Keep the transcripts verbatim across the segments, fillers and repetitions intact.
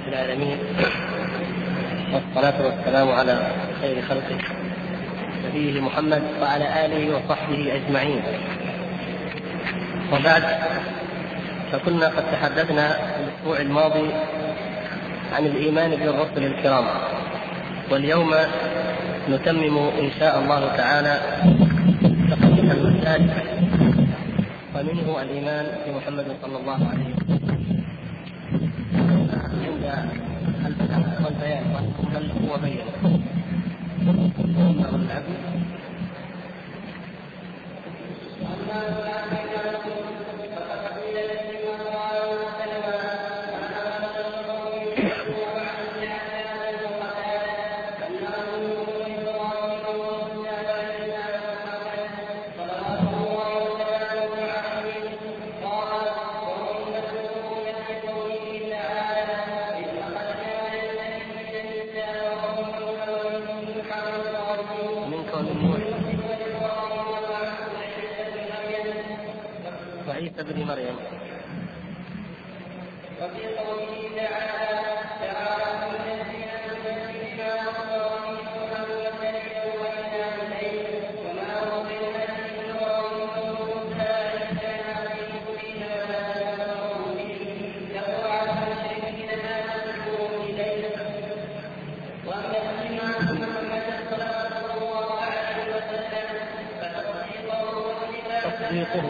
رب العالمين، والصلاة والسلام على خير خلقه نبيه محمد وعلى آله وصحبه أجمعين. وبعد، فكنا قد تحدثنا الأسبوع الماضي عن الإيمان بالرسل الكرام، واليوم نتمم إن شاء الله تعالى تقديم المسائل، ومنه الإيمان بمحمد صلى الله عليه وسلم. عند البحث والبيان هل هو بين أمر العبد وعيسى بن مريم. وفي قوله تعالى تعالى الذين أنزلنا وما هو بالهدي وما كان عليهم فيما تأمرون به له على المشركين ما تدعون إليه. وأما الإيمان محمد صلى الله عليه وسلم فتصديقه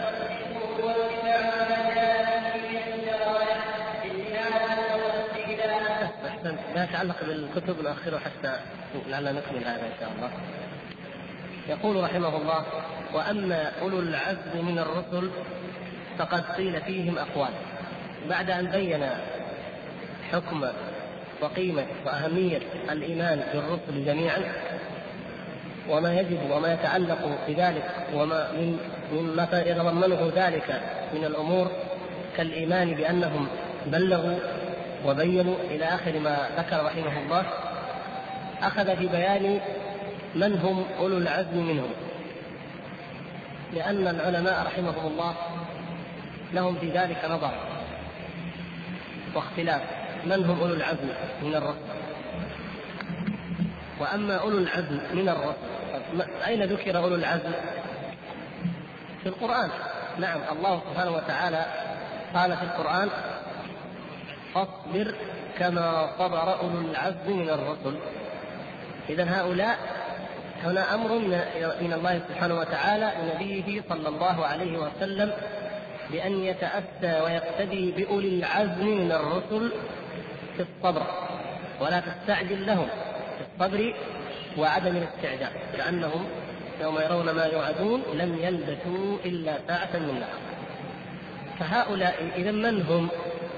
ما يتعلق بالكتب نأخره حتى لعلنا نكمل هذا إن شاء الله. يقول رحمه الله: وأما أولو العزم من الرسل فقد قيل فيهم أقوال. بعد أن بين حكم وقيمة وأهمية الإيمان بالرسل جميعا وما يجب وما يتعلق بذلك وما من مما يتضمنه ذلك من الأمور كالإيمان بأنهم بلغوا وبينوا إلى آخر ما ذكر رحمه الله، أخذ في بيان من هم أولو العزم منهم، لأن العلماء رحمهم الله لهم في ذلك نظر واختلاف من هم أولو العزم من الرسل. وأما أولو العزم من الرسل، أين ذكر أولو العزم؟ في القرآن. نعم، الله سبحانه وتعالى قال في القرآن: فاصبر كما صبر أولو العزم من الرسل. إذن هؤلاء هنا أمر من الله سبحانه وتعالى لنبيه صلى الله عليه وسلم بأن يتأسى ويقتدي بأولي العزم من الرسل في الصبر، ولا تستعجل لهم في الصبر وعدم الاستعجال، لأنهم يوم يرون ما يوعدون لم يلبثوا إلا ساعة من نهار. فهؤلاء إذن من هم؟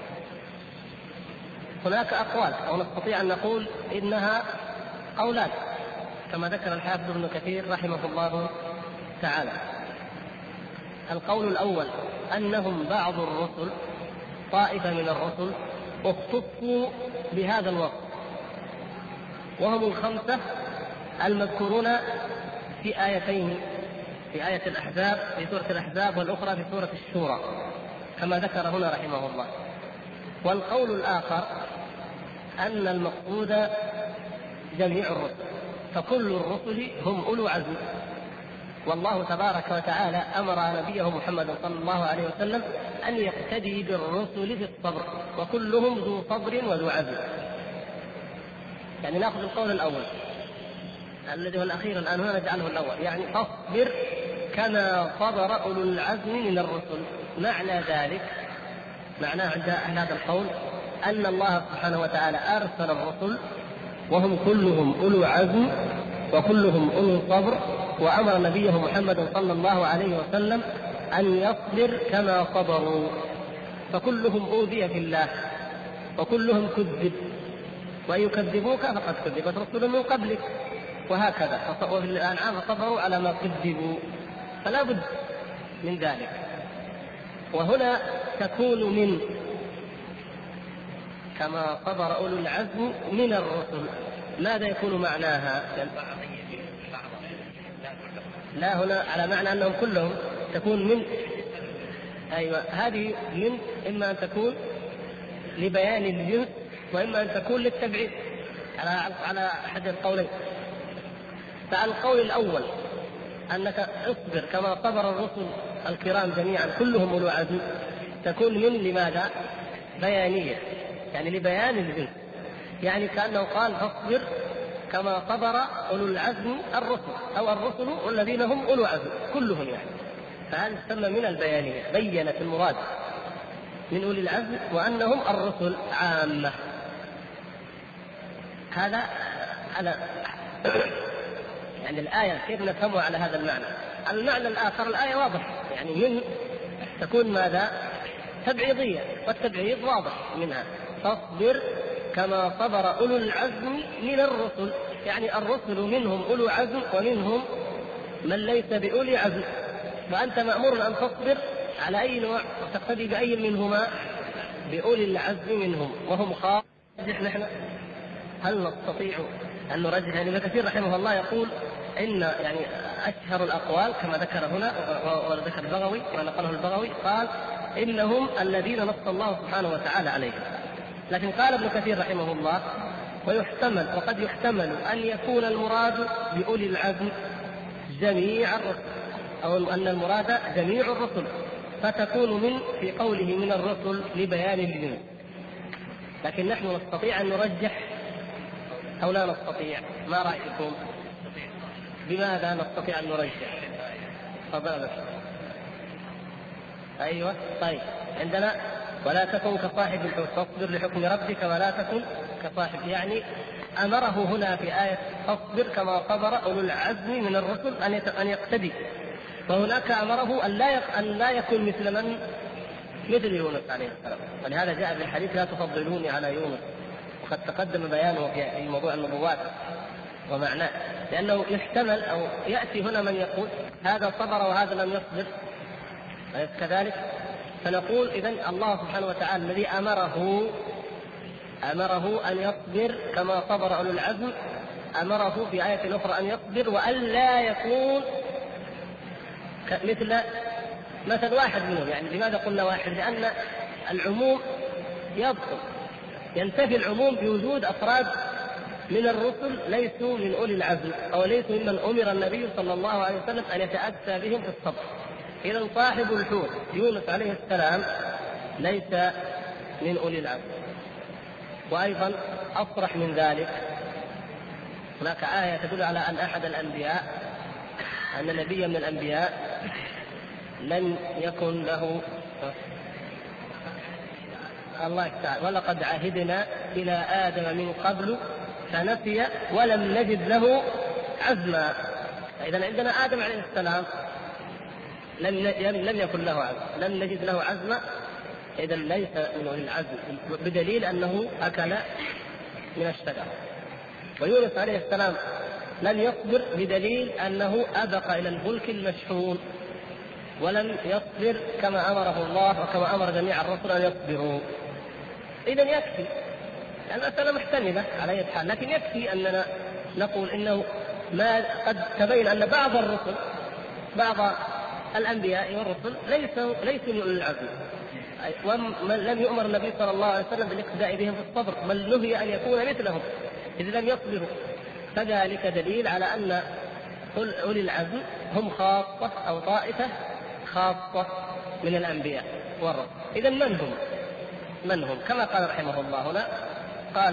هناك أقوال، أو نستطيع أن نقول إنها قولان كما ذكر الحافظ ابن كثير رحمه الله تعالى. القول الأول أنهم بعض الرسل، طائفة من الرسل اختصوا بهذا الوصف، وهم الخمسة المذكورون في آيتين، في آية الأحزاب في سورة الأحزاب، والأخرى في سورة الشورى كما ذكر هنا رحمه الله. والقول الآخر أن المقصود جميع الرسل، فكل الرسل هم أولو عزم، والله تبارك وتعالى أمر نبيه محمد صلى الله عليه وسلم أن يقتدي بالرسل في الصبر، وكلهم ذو صبر وذو عزم. يعني نأخذ القول الأول الذي هو الأخير الآن هنا نجعله الأول، يعني فاصبر كما صبر أولو العزم من الرسل. معنى ذلك، معناه عند أهل هذا القول أن الله سبحانه وتعالى أرسل الرسل وهم كلهم أولو عزم وكلهم أولو صبر، وأمر نبيه محمد صلى الله عليه وسلم أن يصبر كما صبروا، فكلهم أوذي في الله وكلهم كذب، وإن يكذبوك فقد كذبت رسل من قبلك، وهكذا. وفي الأنعام صبروا على ما كذبوا، فلا بد من ذلك. وهنا تكون من كما صبر أولو العزم من الرسل. ماذا يكون معناها؟ لا، هنا على معنى أنهم كلهم تكون من. أيوة، هذه من إما أن تكون لبيان الجنس وإما أن تكون للتبعيد على على أحد القولين. فالقول الأول أنك اصبر كما صبر الرسل الكرام جميعا كلهم أولو عزم، تكون من لماذا؟ بيانية، يعني لبيان الجنس، يعني كأنه قال اصبر كما صبر أولو العزم الرسل أو الرسل والذين هم أولو عزم كلهم، يعني فهذا يسمى من البيانية، بينت المراد من أولي العزم وأنهم الرسل عامة. هذا على يعني الآية كيف نفهمها على هذا المعنى. المعنى الآخر الآية واضح، يعني من تكون ماذا؟ تبعيضية، والتبعيض واضح منها، فاصبر كما صبر أولو العزم من الرسل، يعني الرسل منهم أولو عزم ومنهم من ليس بأولي عزم، وأنت مأمور أن تصبر على أي نوع وتقتدي بأي منهما؟ بأولي العزم منهم وهم خاص. نحن هل نستطيع أن نرجح؟ يعني ابن كثير رحمه الله يقول إن يعني أشهر الأقوال كما ذكر هنا وذكر البغوي ونقله البغوي، قال إنهم الذين نص الله سبحانه وتعالى عليهم. لكن قال ابن كثير رحمه الله ويحتمل وقد يحتمل أن يكون المراد بأولي العزم جميع الرسل، أو أن المراد جميع الرسل، فتكون من في قوله من الرسل لبيان الجنس. لكن نحن نستطيع أن نرجح أو لا نستطيع؟ ما رأيكم؟ بماذا نستطيع أن نرجح؟ تفضل. أيوة طيب، عندنا ولا تكن كصاحب الحوت فاصبر لحكم ربك ولا تكن كصاحب، يعني أمره هنا في آية فاصبر كما صبر أولو العزم من الرسل أن يقتدي، وهناك أمره أن لا أن لا يكون مثل من؟ مثل يونس عليه السلام. ولهذا جاء في الحديث لا تفضلوني على يونس، وقد تقدم بيانه في موضوع النبوات ومعناه، لأنه يحتمل أو يأتي هنا من يقول هذا صبر وهذا لم يصبر كذلك، فنقول إذن الله سبحانه وتعالى الذي أمره أمره أن يصبر كما صبر أولو العزم، أمره في آية أخرى أن يصبر وأن لا يكون مثل مثل واحد منهم. يعني لماذا قلنا واحد؟ لأن العموم يبطل، ينتفي العموم بوجود أفراد من الرسل ليسوا من أولي العزم أو ليسوا ممن أمر النبي صلى الله عليه وسلم أن يتأتى بهم في الصبر. إذا صاحب الحوت يونس عليه السلام ليس من أولي العزم. وأيضا أصرح من ذلك هناك آية تدل على أن أحد الأنبياء أن نبيا من الأنبياء لم يكن له الله تعالى ولقد عهدنا إلى آدم من قبل فنسي ولم نجد له عزما. إذا عندنا آدم عليه السلام لم لم يكن له عزم، لم نجد له عزما، إذا ليس من أولي العزم، بدليل أنه أكل من الشجرة. ويونس عليه السلام لم يصبر بدليل أنه أبق إلى الفلك المشحون، ولم يصبر كما أمره الله وكما أمر جميع الرسل أن يصبروا. إذا يكفي، المسألة محتملة على أي حال، لكن يكفي أننا نقول إنه ما قد تبين أن بعض الرسل بعض الأنبياء والرسل ليسوا ليسوا من أولي العزم، ومن لم يؤمر النبي صلى الله عليه وسلم بالاقتداء بهم في الصبر، بل نهي أن يكون مثلهم إذ لم يصبروا. فذلك دليل على أن أولي العزم هم خاصة أو طائفة خاصة من الأنبياء والرسل. إذا من هم؟ من هم؟ كما قال رحمه الله هنا، قال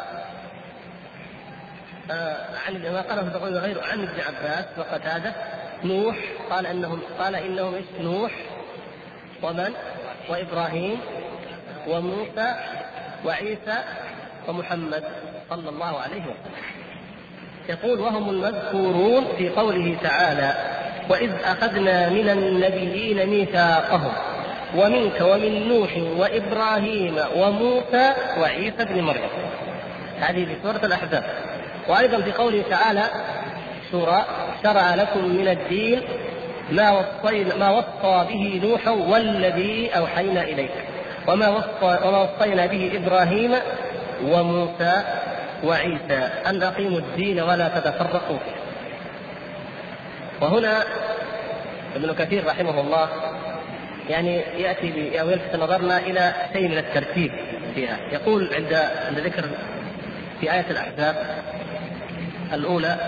آه عن ما قاله البغوي غيره عن ابن عباس وقتادة نوح، قال انهم قال انهم ايش؟ نوح ومن؟ وابراهيم وموسى وعيسى ومحمد صلى الله عليه وسلم. يقول وهم المذكورون في قوله تعالى وإذ أخذنا من النبيين ميثاقهم ومنك ومن نوح وإبراهيم وموسى وعيسى بن مريم. هذه في سورة الأحزاب. وأيضا في قوله تعالى سورة شرع لكم من الدين ما وصينا ما وصى به نوح والذي أوحينا إليك وما وصى وما وصينا به إبراهيم وموسى وعيسى أن أقيموا الدين ولا تتفرقوا فيه. وهنا ابن كثير رحمه الله يعني يأتي أو يلفت نظرنا إلى شيء من الترتيب فيها. يقول عند عند ذكر في آية الأحزاب الأولى،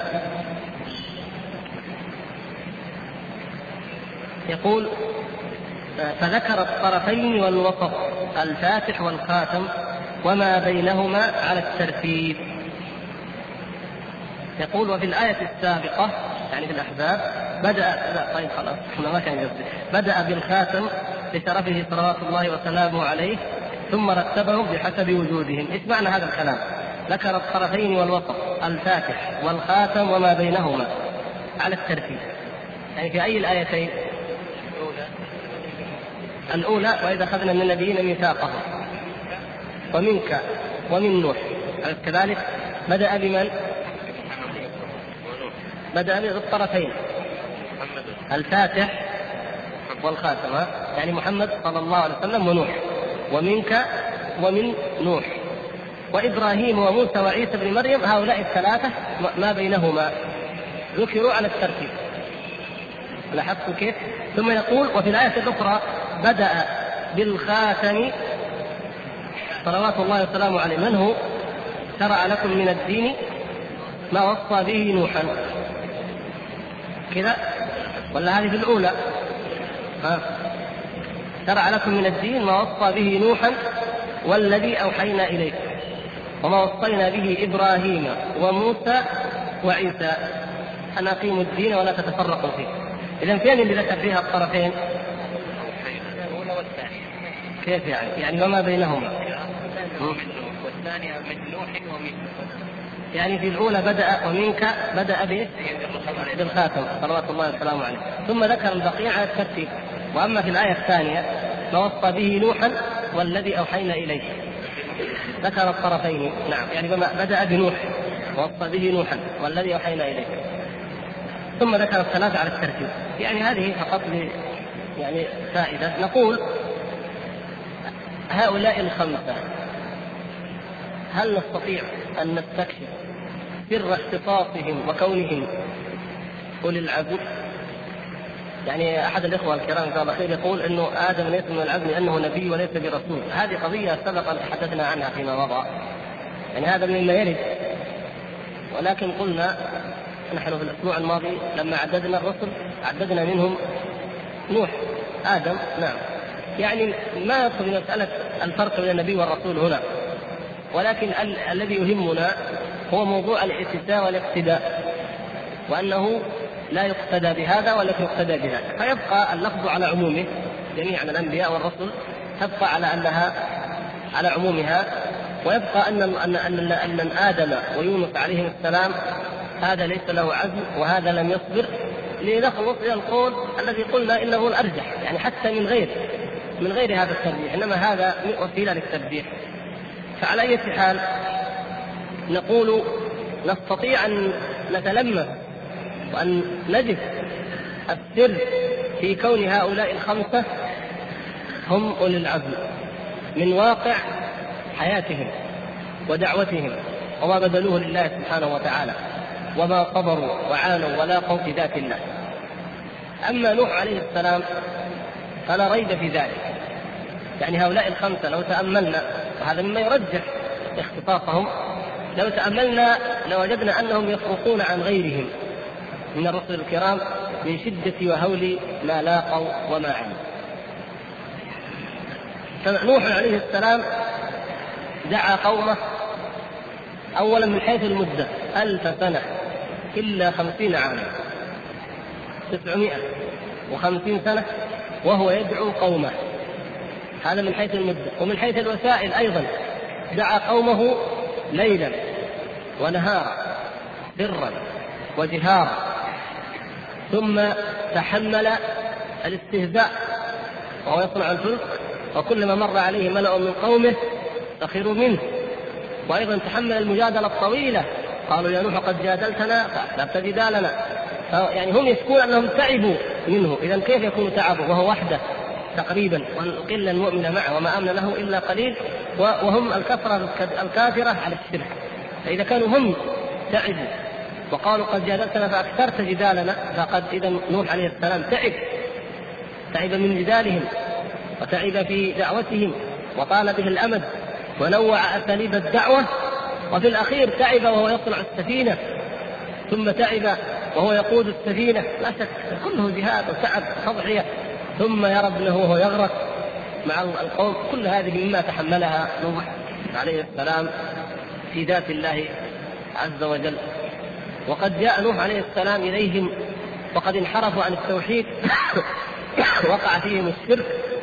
يقول فذكر الطرفين والوسط الفاتح والخاتم وما بينهما على الترتيب. يقول وفي الآية السابقة يعني في الأحزاب بدأ لا طيب خلاص ما كان يقصد بدأ بالخاتم لشرفه صلوات الله وسلامه عليه ثم رتبهم بحسب وجودهم. ايش معنى هذا الكلام؟ ذكر الطرفين والوسط الفاتح والخاتم وما بينهما على الترتيب، يعني في أي الآيتين؟ الأولى وإذا أخذنا من النبيين ميثاقهم ومنك ومن نوح، كذلك بدأ بمن؟ بدأ بالطرفين الفاتح والخاتم، يعني محمد صلى الله عليه وسلم ونوح، ومنك ومن نوح وإبراهيم وموسى وعيسى بن مريم، هؤلاء الثلاثة ما بينهما ذكروا على الترتيب. لاحظتوا كيف؟ ثم يقول وفي الآية الأخرى بدأ بالخاتم صلوات الله وسلامه عليه من هو؟ شرع لكم من الدين ما وصى به نوحا، كذا ولا هذه في الأولى؟ ها. شرع لكم من الدين ما وصى به نوحا والذي أوحينا إليك وما وصينا به إبراهيم وموسى وعيسى أن أقيموا الدين ولا تتفرقوا فيه. إذن فين اللي ذكر فيها الطرفين؟ كيف يعني؟ يعني وما بينهما. والثانية من نوح ومن، يعني في الأولى بدأ ومنك بدأ به بالخاتم صلوات الله وسلامه عليه، ثم ذكر البقية على الترتيب. وأما في الآية الثانية ما وصى به نوحا والذي أوحينا إليه ذكر الطرفين، نعم، يعني بدأ بنوح ووصى به نوحا والذي أوحينا إليه، ثم ذكر الثلاثة على الترتيب. يعني هذه فقط يعني فائدة. نقول هؤلاء الخمسة هل نستطيع أن نستكشف سر اختصاصهم وكونهم أولي العزم؟ يعني أحد الإخوة الكرام قال خير يقول إنه آدم ليس من العزم لأنه نبي وليس برسول. هذه قضية سبق أن تحدثنا عنها فيما مضى، يعني هذا مما يرد، ولكن قلنا نحن في الأسبوع الماضي لما عددنا الرسل عددنا منهم نوح آدم، نعم، يعني ما يدخل في مسألة الفرق بين النبي والرسول هنا، ولكن ال- الذي يهمنا هو موضوع الاتساع والاقتداء، وأنه لا يقتدى بهذا ولا يقتدى بهذا، فيبقى اللفظ على عمومه جميعا الأنبياء والرسل تبقى على أنها على عمومها، ويبقى أن أن أن, أن آدم ويونس عليهم السلام هذا ليس له عزم وهذا لم يصبر، لنخلص إلى القول الذي قلنا إنه الأرجح، يعني حتى من غير من غير هذا الترجيح، إنما هذا وسيلة للترجيح. فعلى أي حال نقول نستطيع أن نتلمس وأن نجد السر في كون هؤلاء الخمسة هم أولي العزم من واقع حياتهم ودعوتهم وما بذلوه لله سبحانه وتعالى وما صبروا وعانوا ولاقوا في ذات الله. أما نوح عليه السلام فلا ريب في ذلك، يعني هؤلاء الخمسة لو تأملنا، وهذا مما يرجح اختصاصهم، لو تأملنا لوجدنا أنهم يفرقون عن غيرهم من الرسل الكرام من شدة وهول ما لاقوا وما عانوا. فنوح عليه السلام دعا قومه أولا من حيث المدة ألف سنة إلا خمسين عاما، تسعمائة وخمسين سنة وهو يدعو قومه، هذا من حيث المدة. ومن حيث الوسائل أيضا دعا قومه ليلا ونهارا سرا وجهارا، ثم تحمل الاستهزاء وهو يصنع الفلك، وكلما مر عليه ملأ من قومه سخروا منه، وأيضا تحمل المجادلة الطويلة، قالوا يا نوح قد جادلتنا فأخذت جدالنا، يعني هم يشكون أنهم تعبوا منه. إذن كيف يكون تعبوا وهو وحده تقريبا والقلة المؤمنة معه وما آمن له إلا قليل، وهم الكثرة الكافرة على الشرك؟ فإذا كانوا هم تعبوا وقالوا قد جادلتنا فأكثرت جدالنا، فقد إذا نوح عليه السلام تعب تعب من جدالهم وتعب في دعوتهم وطال به الأمد، ونوع أساليب الدعوة، وفي الأخير تعب وهو يصنع السفينة، ثم تعب وهو يقود السفينة، لا شك كله جهاد وتعب وتضحية، ثم يرى ابنه وهو يغرق مع القوم. كل هذه مما تحملها نوح عليه السلام في ذات الله عز وجل. وقد جاء نوح عليه السلام إليهم وقد انحرفوا عن التوحيد وقع فيهم الشرك،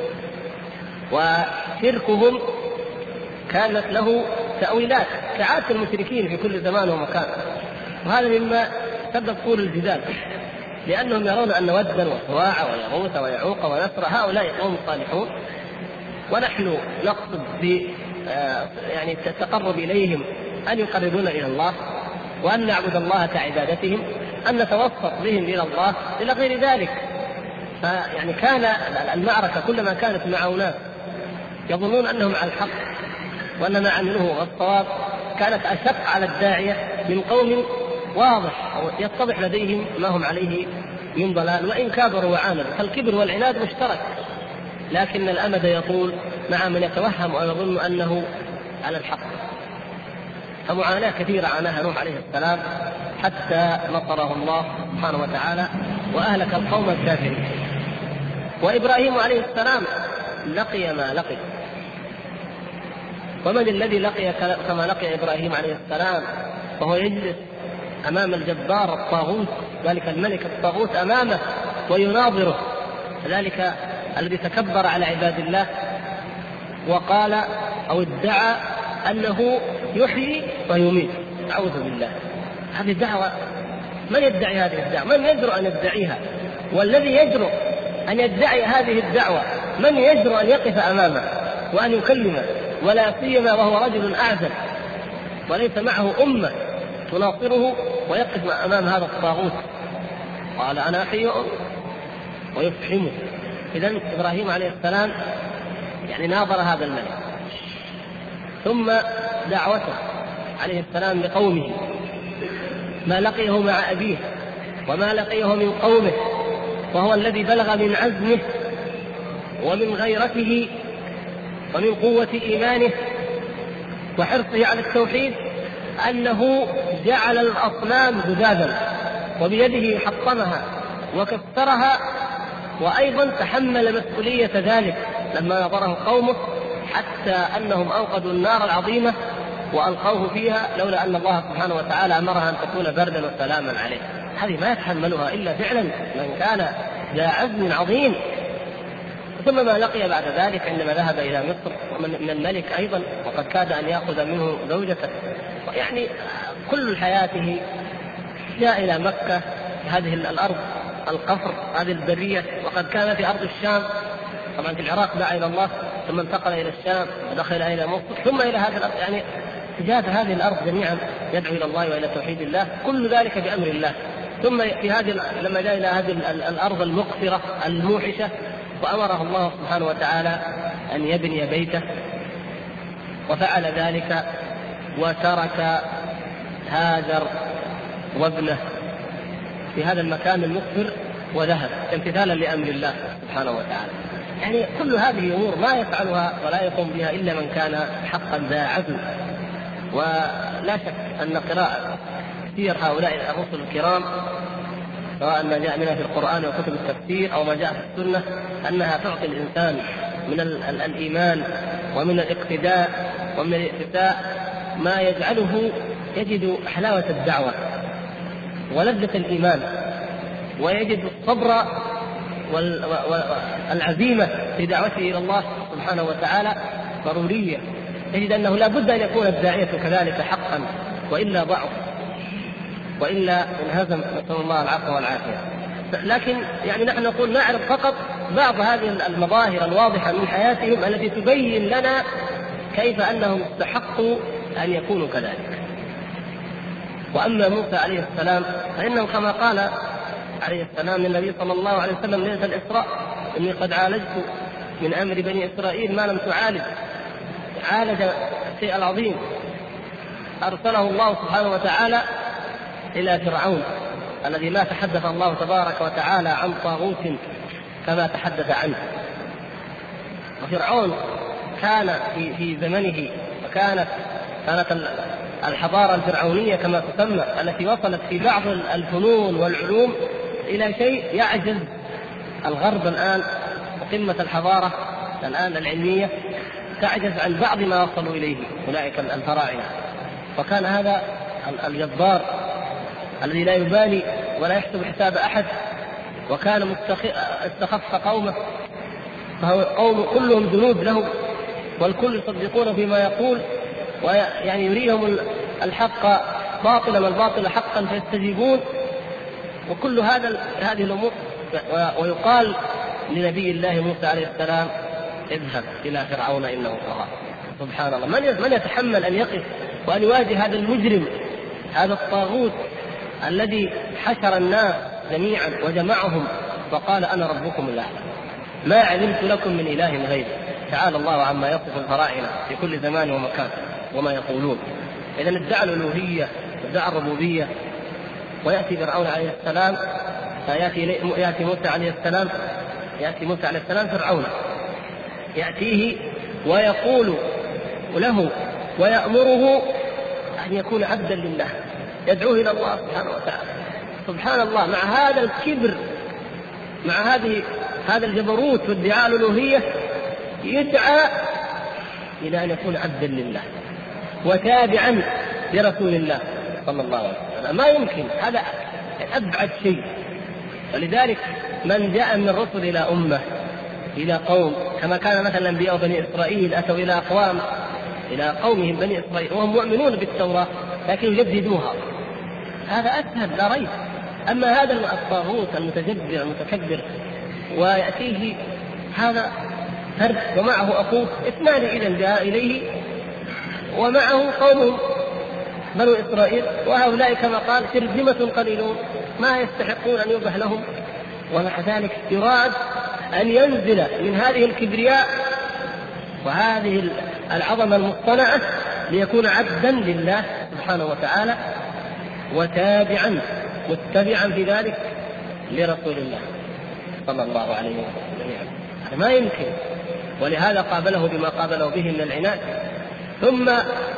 وشركهم كانت له تأويلات كعادة المشركين في كل زمان ومكان، وهذا مما سبب طول الجدال، لأنهم يرون أن ودا وسواع ويغوث ويعوق ونسر هؤلاء قوم صالحون، ونحن نقصد ب يعني التقرب إليهم أن يقربون إلى الله، وأن نعبد الله كعبادتهم، أن نتوسط بهم إلى الله إلى غير ذلك. فيعني كان المعركة كلما كانت مع أناس يظنون أنهم على الحق وأن ما عملوه الصواب كانت أشق على الداعية من قوم واضح يتضح لديهم ما هم عليه من ضلال، وإن كابروا وعاندوا. فالكبر والعناد مشترك، لكن الأمد يطول مع من يتوهم ويظن أنه على الحق. فمعاناة كثيرة عاناها نوح عليه السلام حتى نصره الله سبحانه وتعالى وأهلك القوم الكافرين. وإبراهيم عليه السلام لقي ما لقي. ومن الذي لقي كما لقي إبراهيم عليه السلام وهو يجلس أمام الجبار الطاغوت، ذلك الملك الطاغوت أمامه ويناظره، ذلك الذي تكبر على عباد الله وقال أو ادعى أنه يحيي ويميت. أعوذ بالله، هذه الدعوة من يدعي هذه الدعوة؟ من يجرؤ أن يدعيها؟ والذي يجرؤ أن يدعي هذه الدعوة من يجرؤ أن يقف أمامه وأن يكلمه؟ ولا سيما وهو رجل أعزل وليس معه أمة تناصره ويقف أمام هذا الطاغوت. قال أنا أحيي ويفحمه. إذن إبراهيم عليه السلام يعني ناظر هذا الملك، ثم دعوته عليه السلام لقومه، ما لقيه مع أبيه وما لقيه من قومه، وهو الذي بلغ من عزمه ومن غيرته ومن قوة إيمانه وحرصه على التوحيد أنه جعل الأصنام جذاذا وبيده حطمها وكسرها، وأيضا تحمل مسؤولية ذلك لما نظره قومه، حتى أنهم أوقدوا النار العظيمة وألقوه فيها لولا أن الله سبحانه وتعالى أمرها أن تكون بردا وسلاما عليه. هذه ما يتحملها إلا فعلا من كان ذا عزم عظيم. ثم ما لقي بعد ذلك عندما ذهب إلى مصر ومن الملك أيضا، وقد كاد أن يأخذ منه زوجته، يعني كل حياته جاء إلى مكة هذه الأرض القفر هذه البرية، وقد كان في أرض الشام، طبعا في العراق دعا إلى الله، ثم انتقل إلى الشام ودخل إلى مصر ثم إلى هذه الأرض، يعني جاءت هذه الأرض جميعا يدعو إلى الله وإلى توحيد الله، كل ذلك بأمر الله. ثم في هذه لما جاء إلى هذه الأرض المقفرة الموحشة وأمره الله سبحانه وتعالى أن يبني بيته، وفعل ذلك وترك هاجر وابنه في هذا المكان المقفر وذهب امتثالا لأمر الله سبحانه وتعالى. يعني كل هذه أمور ما يفعلها ولا يقوم بها إلا من كان حقا ذا عزم. ولا شك أن قراءة سير هؤلاء الرسل الكرام سواء ما جاء منها في القرآن وكتب التفسير أو ما جاء في السنة أنها تعطي الإنسان من الإيمان ومن الاقتداء ومن الاتساء ما يجعله يجد حلاوة الدعوة ولذة الإيمان، ويجد الصبر والعزيمة في دعوته إلى الله سبحانه وتعالى ضرورية. يجد أنه لا بد أن يكون الداعية كذلك حقا، وإلا ضعف وإلا انهزم، نسأل الله العفو والعافية. لكن يعني نحن نقول نعرف فقط بعض هذه المظاهر الواضحة من حياتهم التي تبين لنا كيف أنهم استحقوا أن يكونوا كذلك. وأما موسى عليه السلام فإنه كما قال عليه السلام للنبي صلى الله عليه وسلم ليلة الإسراء: إني قد عالجت من أمر بني إسرائيل ما لم تعالج. عالج الشيء العظيم، أرسله الله سبحانه وتعالى إلى فرعون الذي ما تحدث الله تبارك وتعالى عن طاغوت كما تحدث عنه. وفرعون كان في في زمنه كانت كانت الحضارة الفرعونية كما تسمى التي وصلت في بعض الفنون والعلوم إلى شيء يعجز الغرب الآن، قمة الحضارة الآن العلمية تعجز عن بعض ما وصلوا إليه أولئك الفراعنة. وكان هذا الجبار الذي لا يبالي ولا يحسب حساب أحد، وكان استخف قومه، فهو قوم كلهم جنود له والكل يصدقون فيما يقول، ويعني يريهم الحق باطلا والباطل حقا فيستجيبون، وكل هذا هذه الأمور. ويقال لنبي الله موسى عليه السلام اذهب إلى فرعون إنه طغى. سبحان الله، من من يتحمل أن يقف وأن يواجه هذا المجرم، هذا الطاغوت الذي حشر الناس جميعا وجمعهم وقال أنا ربكم الأعلى ما علمت لكم من إله غيري. تعالى الله عما يصف الفراعنة في كل زمان ومكان وما يقولون. إذن ادعى الألوهية ادعى الربوبية، ويأتي فرعون عليه السلام يأتي يأتي موسى عليه السلام يأتي موسى عليه السلام فرعون يأتيه ويقول له ويأمره أن يكون عبدا لله، يدعوه إلى الله سبحانه وتعالى. سبحان الله، مع هذا الكبر، مع هذه هذا الجبروت وادعاء الألوهية، يدعى إلى أن يكون عبدا لله وتابعا لرسول الله صلى الله عليه وسلم. ما يمكن، هذا أبعد شيء. ولذلك من جاء من الرسل إلى أمة إلى قوم، كما كان مثلا أنبياء بني إسرائيل أتوا إلى أقوام إلى قومهم بني إسرائيل وهم مؤمنون بالتوراة لكن يجددوها، هذا أسهل لا ريب. أما هذا الطاغوت المتجبر المتكبر ويأتيه هذا فرد ومعه أخوه اثنان إذا جاء إليه ومعه قوم بنو إسرائيل، وهؤلاء كما قال شرذمة قليلون ما يستحقون أن يذبح لهم، ومع ذلك يراد أن ينزل من هذه الكبرياء وهذه العظمة المصطنعة ليكون عبدا لله سبحانه وتعالى وتابعا متبعا في ذلك لرسول الله صلى الله عليه وسلم. هذا ما يمكن، ولهذا قابله بما قابله به من العناد. ثم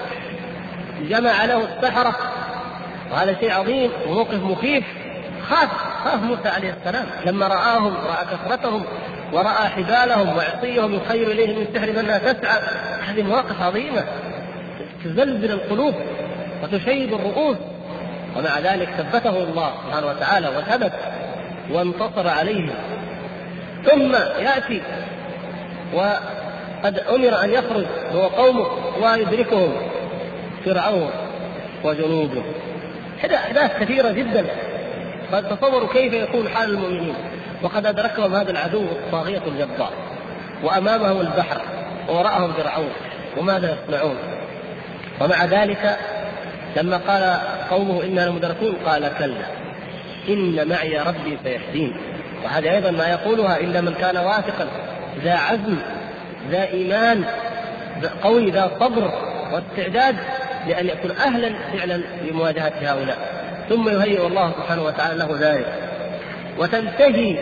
جمع له السحرة، وهذا شيء عظيم وموقف مخيف. خاف خاف موسى عليه السلام لما رآهم، رأى كثرتهم ورأى حبالهم وعصيهم يخير إليه من سحر منها تسعى. هذه مواقف عظيمة تزلزل القلوب وتشيب الرؤوس، ومع ذلك ثبته الله سبحانه وتعالى وثبت وانتصر عليه. ثم يأتي وقد أمر أن يخرج هو قومه ويدركهم فرعون وجنوده. أحداث كثيرة جدا، قد تصوروا كيف يكون حال المؤمنين وقد أدركهم هذا العدو الطاغية الجبار، وأمامهم البحر ووراءهم فرعون، وماذا يصنعون؟ ومع ذلك لما قال قومه إنا لمدركون قال كلا إن معي ربي سيهدين. وهذا أيضا ما يقولها إلا من كان واثقا ذا عزم ذا إيمان ذا قوي ذا صبر واستعداد لأن يكون أهلا فعلا لمواجهة هؤلاء. ثم يهيئ الله سبحانه وتعالى له ذلك، وتنتهي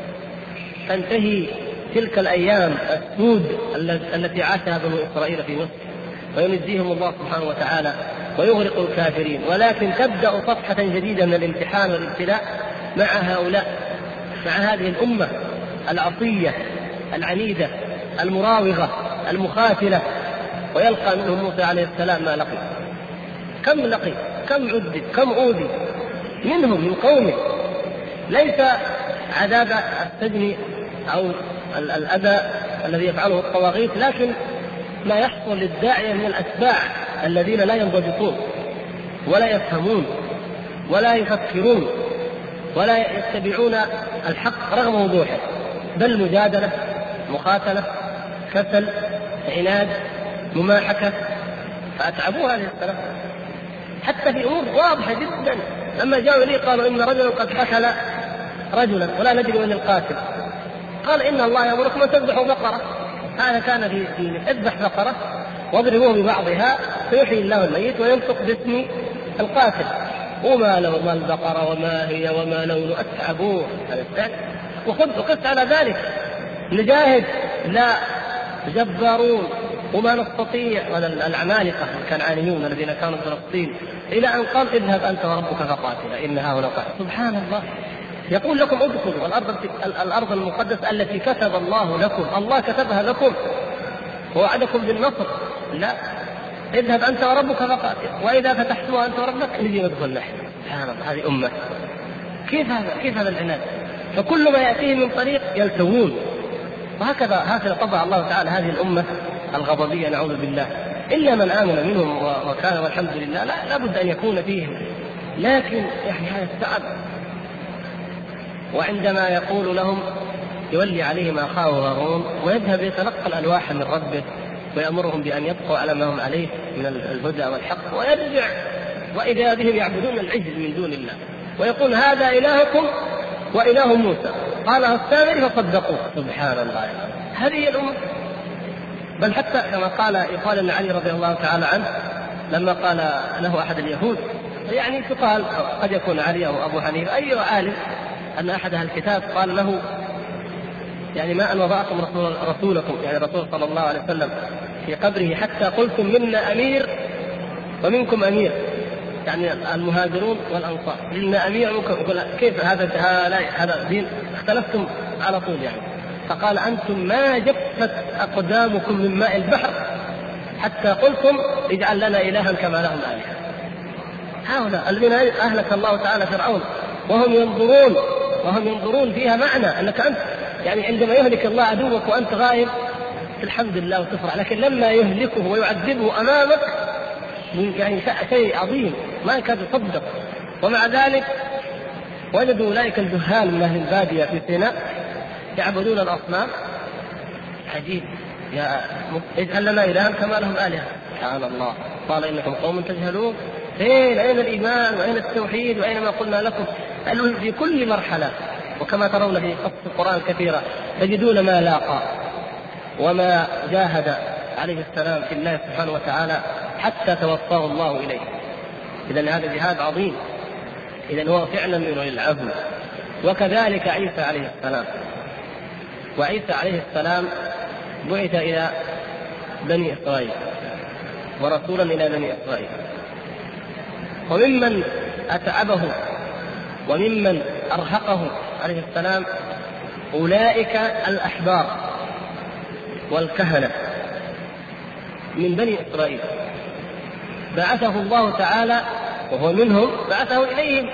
تنتهي تلك الأيام السود التي عاشها بنو إسرائيل في مصر، وينجيهم الله سبحانه وتعالى ويغرق الكافرين. ولكن تبدأ صفحة جديدة من الامتحان والابتلاء مع هؤلاء، مع هذه الأمة العصية العنيدة المراوغة المخاتلة. ويلقى منهم موسى عليه السلام ما لقي، كم لقي، كم عذب، كم أوذي منهم من قومه. ليس عذاب السجن أو الأذى الذي يفعله الطواغيت، لكن ما يحصل للداعية من الأتباع الذين لا ينضبطون ولا يفهمون ولا يفكرون ولا يتبعون الحق رغم وضوحه، بل مجادلة، مخاتلة، كسل، عناد، مماحكة. فأتعبوها عليه السلام حتى في أمور واضحة جدا. لما جاءوا إليه قالوا إن رجلا قد قتل رجلا ولا ندري من القاتل، قال إن الله يأمركم أن تذبحوا بقرة. هذا كان في دينه، اذبح بقرة واضربوه ببعضها فيحيي الله الميت وينطق باسم القاتل. وما لو ما البقرة وما هي وما لون، أتعبوه هذا السعد. وخذ وقس على ذلك نجاهد لا جبارون وما نستطيع، العمالقة الكنعانيون الذين كانوا في فلسطين، إلى أن قال اذهب أنت وربك فقاتلا إن هؤلاء قاتل. سبحان الله، يقول لكم ادخلوا الأرض الأرض المقدسة التي كتب الله لكم، الله كتبها لكم ووعدكم بالنصر. لا، اذهب أنت وربك فقاتل، وإذا فتحتها أنت وربك نجي ندخل نحن. سبحان الله، هذه أمة. كيف هذا؟ كيف هذا العناد؟ فكل ما يأتيه من طريق يلتوون، وهكذا هكذا طبع الله تعالى هذه الأمة الغضبية نعوذ بالله. إلا من آمن منهم وكان والحمد لله، لا لابد أن يكون فيهم، لكن يعني هذا التعب. وعندما يقول لهم يولي عليهم أخاه هارون ويذهب يتلقى الألواح من ربه ويأمرهم بأن يبقوا على ما هم عليه من الهدى والحق ويرجع، وإذا بهم يعبدون العجل من دون الله، ويقول هذا إلهكم وإله موسى قالها السامري فصدقوه. سبحان الله، هذه الأمة. بل حتى كما قال يقال أن علي رضي الله تعالى عنه لما قال له أحد اليهود، يعني تقال قد يكون علي أو أبو حنيفة أي عالم، أن أحد أهل الكتاب قال له يعني ما أن وضعكم رسول رسولكم يعني الرسول صلى الله عليه وسلم في قبره حتى قلتم منا أمير ومنكم أمير، يعني المهاجرون والأنصار لنا أمير ومنكم. يقول كيف هذا هذا دين؟ اختلفتم على طول يعني. فقال أنتم ما جفت أقدامكم من ماء البحر حتى قلتم اجعل لنا إلها كما لهم آلهة. هؤلاء الذين أهلك الله تعالى فرعون وهم ينظرون وهم ينظرون فيها معنى أنك أنت يعني عندما يهلك الله عدوك وأنت غائب الحمد لله وتفرح، لكن لما يهلكه ويعذبه أمامك يعني شيء عظيم ما يكاد يصدق. ومع ذلك وجدوا أولئك الجهال من أهل البادية في سيناء يعبدون الأصنام. عجيب، يا اجعل لنا إلها كما لهم آلهة. سبحان الله، قال إنكم قوم تجهلون. فين أين الإيمان وأين التوحيد وأين ما قلنا لكم؟ قالوا في كل مرحلة، وكما ترون في قصص القرآن كثيرة تجدون ما لاقى وما جاهد عليه السلام في الله سبحانه وتعالى حتى توفاه الله إليه. إذن هذا جهاد عظيم، إذن هو فعلا من أولي العزم. وكذلك عيسى عليه السلام، وعيسى عليه السلام بعث إلى بني إسرائيل ورسولا إلى بني إسرائيل، وممن أتعبه وممن أرهقه عليه السلام أولئك الأحبار والكهنة من بني إسرائيل. بعثه الله تعالى وهو منهم، بعثه إليهم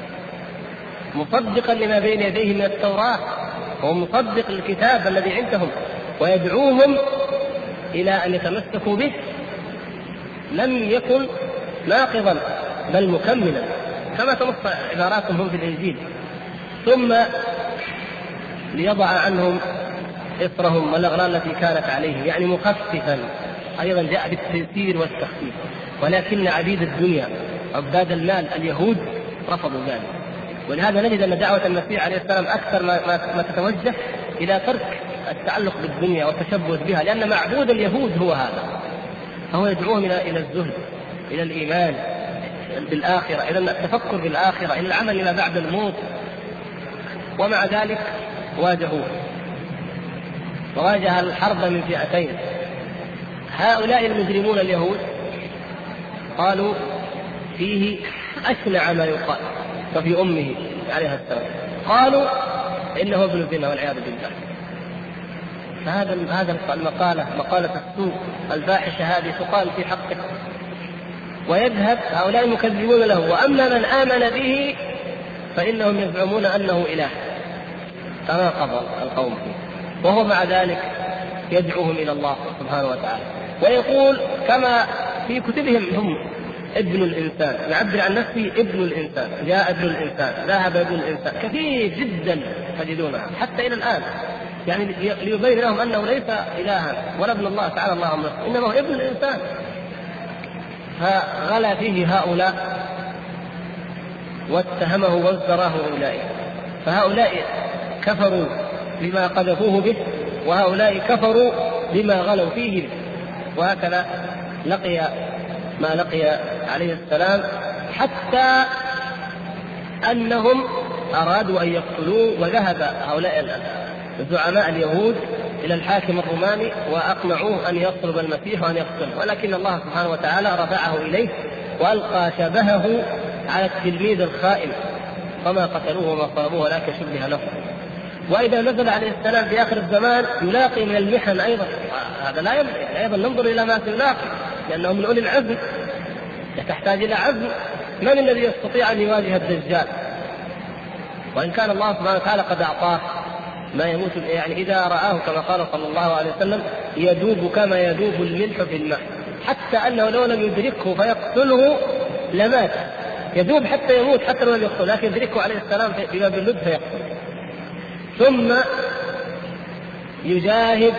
مصدقا لما بين يديه من التوراة، هو مصدق للكتاب الذي عندهم، ويدعوهم إلى أن يتمسكوا به. لم يكن ناقضا بل مكملا كما تنص عباراتهم هم في الإنجيل. ثم ليضع عنهم إصرهم والأغلال التي كانت عليهم، يعني مخففا، أيضا جاء بالتيسير والتخفيف. ولكن عبيد الدنيا عباد المال اليهود رفضوا ذلك. ولهذا نجد أن دعوة المسيح عليه السلام أكثر ما, ما تتوجه إلى ترك التعلق بالدنيا والتشبث بها، لأن معبود اليهود هو هذا، فهو يدعوهم إلى الزهد، إلى الإيمان بالآخرة، إلى التفكر بالآخرة، إلى العمل ما بعد الموت. ومع ذلك واجهوه، وواجه الحرب من فئتين. هؤلاء المجرمون اليهود قالوا فيه أشنع ما يقال، وفي أمه عليها السلام قالوا إنه ابن زنا والعياذ بالله. فهذا هذا المقالة مقالة السوء الفاحشة هذه تقال في حقه، ويذهب هؤلاء مكذبون له. وأما من آمن به فإنهم يزعمون أنه إله، تناقض القوم فيه، وهو مع ذلك يدعوهم إلى الله سبحانه وتعالى، ويقول كما في كتبهم هم ابن الإنسان، يعبر عن نفسه ابن الإنسان، جاء ابن الإنسان، ذهب ابن الإنسان، كثير جدا تجدونها حتى إلى الآن، يعني ليبين لهم أنه ليس إلها ولا ابن الله تعالى الله أمره، إنما هو ابن الإنسان. فغلا فيه هؤلاء واتهمه وازدراه أولئك، فهؤلاء كفروا بما قذفوه به، وهؤلاء كفروا بما غلوا فيه به. وهكذا لقي ما لقي عليه السلام، حتى أنهم أرادوا أن يقتلوه، وذهب هؤلاء زعماء اليهود إلى الحاكم الروماني وأقنعوه أن يصلب المسيح وأن يقتله، ولكن الله سبحانه وتعالى رفعه إليه وألقى شبهه على التلميذ الخائن، فما قتلوه وما صابوه ولكن شبه له. وإذا نزل عليه السلام في آخر الزمان يلاقي من المحن أيضا، هذا لا يمكن أيضا ننظر إلى ما سيلاقي، لأنه من أولي العزم، تحتاج إلى عزم. من الذي يستطيع أن يواجه الدجال؟ وإن كان الله سبحانه وتعالى قد أعطاه ما يموت، يعني إذا رآه كما قال صلى الله عليه وسلم يذوب كما يذوب الملح في الماء، حتى أنه لو لم يدركه فيقتله لمات، يذوب حتى يموت حتى لو لم يقتله، لكن يدركه عليه السلام في باب اللب فيقتل. ثم يجاهد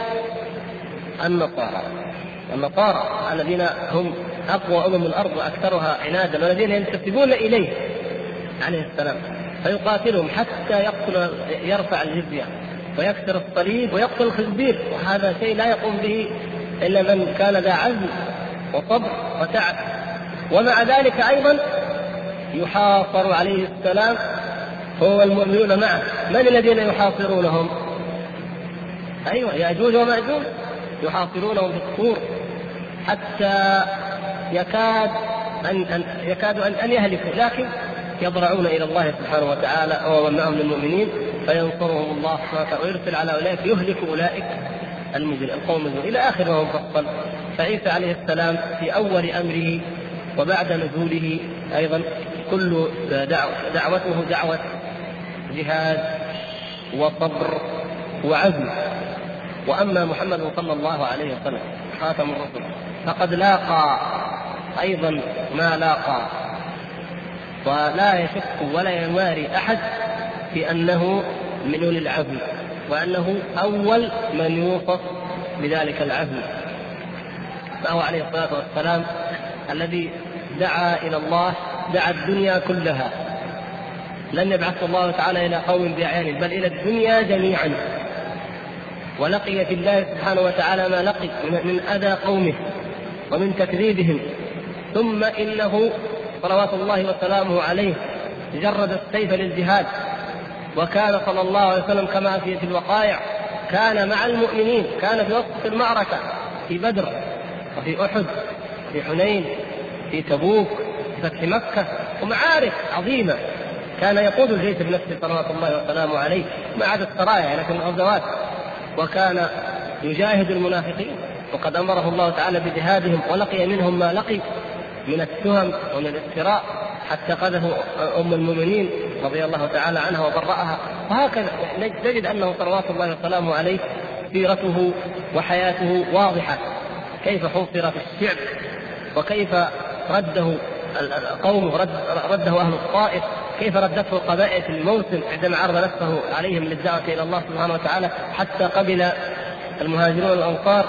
النصارى النصارى الذين هم أقوى أمم الأرض وأكثرها عنادا، والذين ينتسبون إليه عليه السلام، فيقاتلهم حتى يقتل يرفع الجزية ويكسر الصليب ويقتل الخنزير، وهذا شيء لا يقوم به إلا من كان ذا عزم وصبر وتعب. ومع ذلك أيضا يحاصر عليه السلام هو والمؤمنون معه. من الذين يحاصرونهم؟ أيوة يأجوج ومأجوج، يحاصرونهم في الطور حتى يكاد أن, أن يكاد أن, أن يهلكوا، لكن يضرعون إلى الله سبحانه وتعالى ومن معهم للمؤمنين فينصرهم الله سبحانه وتعالى ويرسل على أولئك يهلك أولئك المجرمين القوم المجرمين إلى آخر ما مفصل. فعيسى عليه السلام في أول أمره وبعد نزوله أيضا كل دعوة دعوته دعوة جهاد وصبر وعزم. وأما محمد صلى الله عليه وسلم خاتم الرسل فقد لاقى أيضا ما لاقى، ولا يشك ولا يماري أحد في أنه من أولي العزم، وأنه أول من يوصف بذلك العزم. فهو عليه الصلاة والسلام الذي دعا إلى الله، دعا الدنيا كلها، لن يبعث الله تعالى إلى قوم بأعيانهم بل إلى الدنيا جميعا، ولقي في الله سبحانه وتعالى ما لقي من أذى قومه ومن تكذيبهم. ثم إنه صلوات الله وسلامه عليه جرد السيف للجهاد، وكان صلى الله عليه وسلم كما في الوقائع كان مع المؤمنين، كان في وسط المعركة في بدر وفي أحد في حنين في تبوك في فتح مكة ومعارك عظيمة، كان يقود الجيش بنفسه صلوات الله وسلامه عليه ما عدا السرايا لكن الغزوات، وكان يجاهد المنافقين وقد أمره الله تعالى بجهادهم، ولقي منهم ما لقي من التهم ومن الافتراء حتى قذفوا أم المؤمنين رضي الله تعالى عنها وبرأها. وهكذا نجد أنه صلوات الله وسلامه عليه سيرته وحياته واضحة، كيف حوصر في الشعب وكيف رده قومه رد رده أهل الطائف، كيف ردته القبائل في الموسم عندما عرض نفسه عليهم للدعوة إلى الله سبحانه وتعالى حتى قبل المهاجرون الأنصار.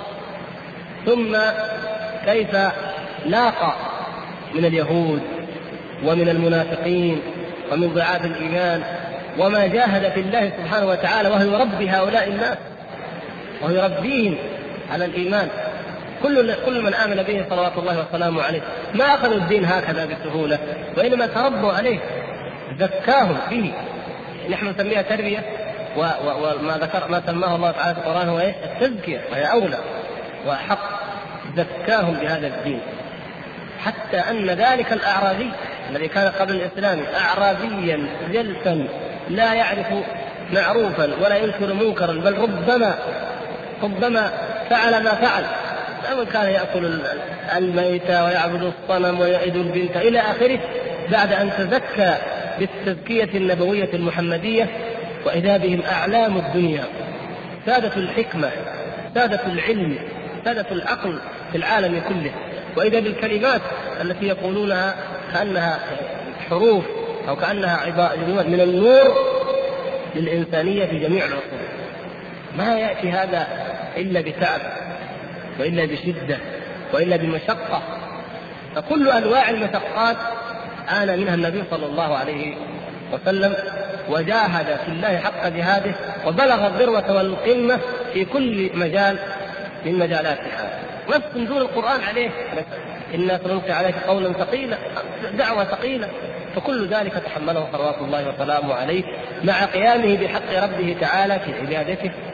ثم كيف لاقى من اليهود ومن المنافقين ومن ضعاف الإيمان وما جاهد في الله سبحانه وتعالى وهو يربي هؤلاء الناس وهو يربيهم على الإيمان. كل كل من آمن به صلوات الله وسلامه عليه ما أخذوا الدين هكذا بسهولة، وإنما تربوا عليه، زكاهم به. نحن نسميها تربية، وما ذكر ما سماه الله تعالى في القرآن هو التزكية، وهي أولى وحق. زكاهم بهذا الدين، حتى أن ذلك الأعرابي الذي كان قبل الإسلام أعرابيا جلسا لا يعرف معروفا ولا ينكر منكرا، بل ربما ربما فعل ما فعل، أو كان يأكل الميت ويعبد الصنم ويعيد البنت إلى آخره، بعد أن تزكى بالتزكية النبوية المحمدية، وإذا بهم أعلام الدنيا، سادة الحكمة، سادة العلم، سادة العقل في العالم كله، وإذا بالكلمات التي يقولونها كأنها حروف أو كأنها عبارة من النور للإنسانية في جميع العصور. ما يأتي هذا إلا بتعب وإلا بشدة وإلا بمشقة، فكل أنواع المشقات آن منها النبي صلى الله عليه وسلم، وجاهد في الله حق جهاده، وبلغ الذروة والقمة في كل مجال من مجالات الحياة. نفس نزول القرآن عليه، إنا سنلقي عليك قولا ثقيلا، دعوة ثقيلة، فكل ذلك تحمله صلوات الله وسلامه عليه مع قيامه بحق ربه تعالى في عبادته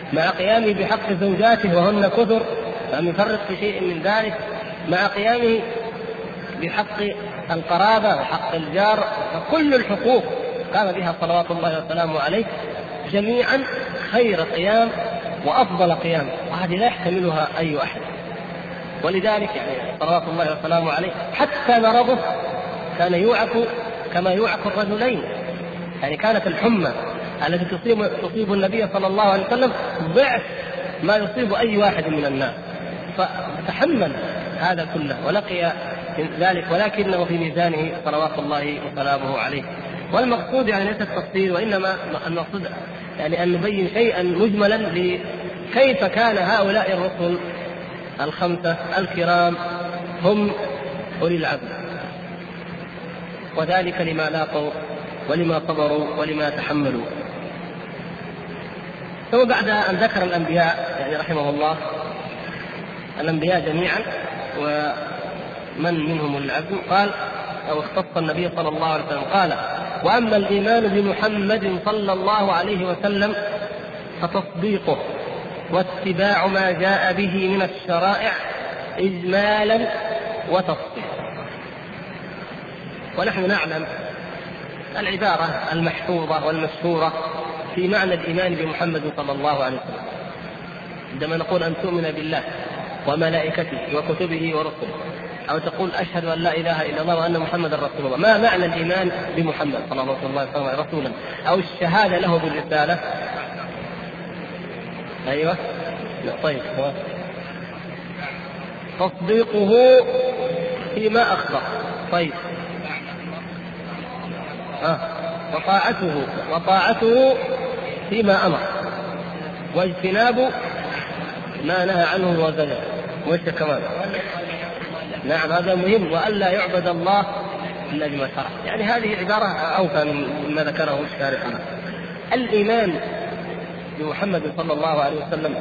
مع قيامه بحق زوجاته وهن كثر لم يفرط في شيء من ذلك، مع قيامه بحق القرابة وحق الجار، فكل الحقوق قام بها صلوات الله وسلامه عليه جميعا خير قيام وأفضل قيام، وهذه لا يحتملها أي أحد. ولذلك يعني صلوات الله وسلامه عليه حتى مرضه كان يوعك كما يوعك الرجلين، يعني كانت الحمى التي تصيب تصيب النبي صلى الله عليه وسلم ضعف ما يصيب أي واحد من الناس، فتحمل هذا كله ولقي ذلك، ولكنه في ميزانه صلوات الله وسلامه عليه. والمقصود يعني ليس التفصيل، وإنما المقصود يعني أن نبين شيئا مجملا لكيف كان هؤلاء الرسل الخمسة الكرام هم أولي العزم، وذلك لما لاقوا ولما صبروا ولما تحملوا. ثم بعد أن ذكر الأنبياء يعني رحمه الله الأنبياء جميعا ومن منهم العزم، قال أو اختص النبي صلى الله عليه وسلم قال: وأما الإيمان بمحمد صلى الله عليه وسلم فتصديقه واتباع ما جاء به من الشرائع إجمالا وتفصيلا. ونحن نعلم العبارة المحفوظة والمشهورة في معنى الإيمان بمحمد صلى الله عليه وسلم، عندما نقول أن تؤمن بالله وملائكته وكتبه ورسله، أو تقول أشهد أن لا إله إلا الله وأن محمد رسول الله. ما معنى الإيمان بمحمد صلى الله عليه وسلم رسولا أو الشهادة له بالرسالة؟ أيوة طيب، تصديقه فيما أخبر، طيب آه. وطاعته وطاعته فيما أمر، واجتناب ما نهى عنه وزجر، وش كمان؟ نعم هذا مهم، وألا يعبد الله إلا بما شرع. يعني هذه عبارة أوفى مما ذكره الشارح. الإيمان بمحمد صلى الله عليه وسلم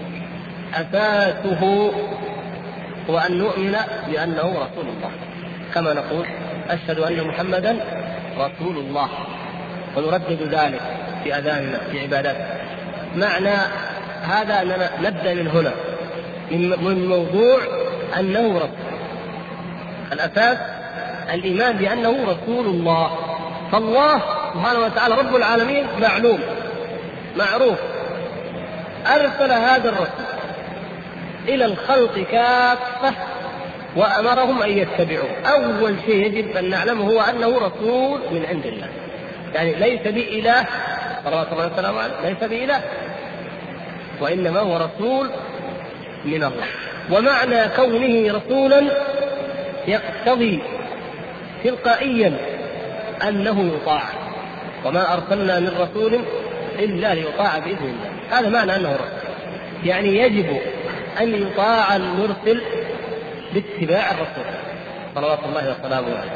أساسه هو أن نؤمن بأنه رسول الله، كما نقول أشهد أن محمدا رسول الله، ونردد ذلك في أذاننا في عباداتنا. معنى هذا أننا نبدأ من هنا من موضوع أنه رسول. الأساس الإيمان بأنه رسول الله، فالله سبحانه وتعالى رب العالمين معلوم معروف، أرسل هذا الرسول إلى الخلق كافة وأمرهم أن يتبعوه. أول شيء يجب أن نعلمه هو أنه رسول من عند الله، يعني ليس بإله صلوات الله وسلامه عليه، ليس بإله، وإنما هو رسول من الله. ومعنى كونه رسولا يقتضي تلقائيا أنه يطاع، وما أرسلنا من رسول إلا ليطاع بإذن الله. هذا معنى أنه رسول، يعني يجب أن يطاع المرسل باتباع الرسول صلوات الله وسلامه عليه.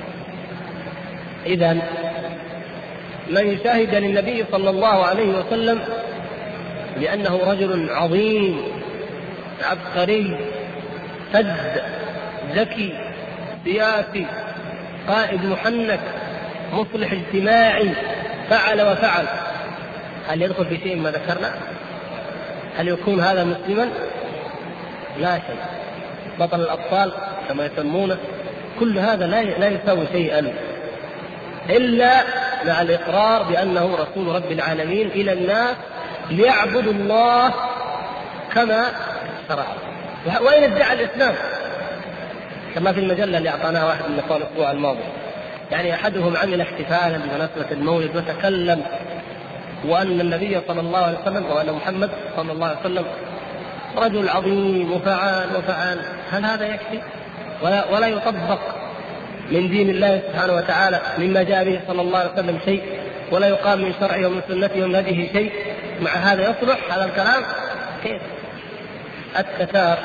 إذن من شهد للنبي صلى الله عليه وسلم لأنه رجل عظيم عبقري فذ ذكي سياسي قائد محنك مصلح اجتماعي فعل وفعل، هل يدخل في شيء ما ذكرنا؟ هل يكون هذا مسلما؟ لا شيء. بطل الأبطال كما يسمونه، كل هذا لا يساوي شيئا إلا مع الإقرار بأنه رسول رب العالمين إلى الناس ليعبدوا الله كما شرع. وإن ادعى الإسلام كما في المجلة اللي أعطانا واحد من الأخوان الأسبوع الماضي، يعني أحدهم عمل احتفالا بمناسبة المولد وتكلم وأن النبي صلى الله عليه وسلم وأن محمد صلى الله عليه وسلم رجل عظيم وفعال وفعال. هل هذا يكفي؟ ولا, ولا يطبق من دين الله سبحانه وتعالى مما جاء به صلى الله عليه وسلم شيء، ولا يقام من شرعه ومن سنته ومن هديه شيء، مع هذا يصلح هذا الكلام؟ كيف؟ التتار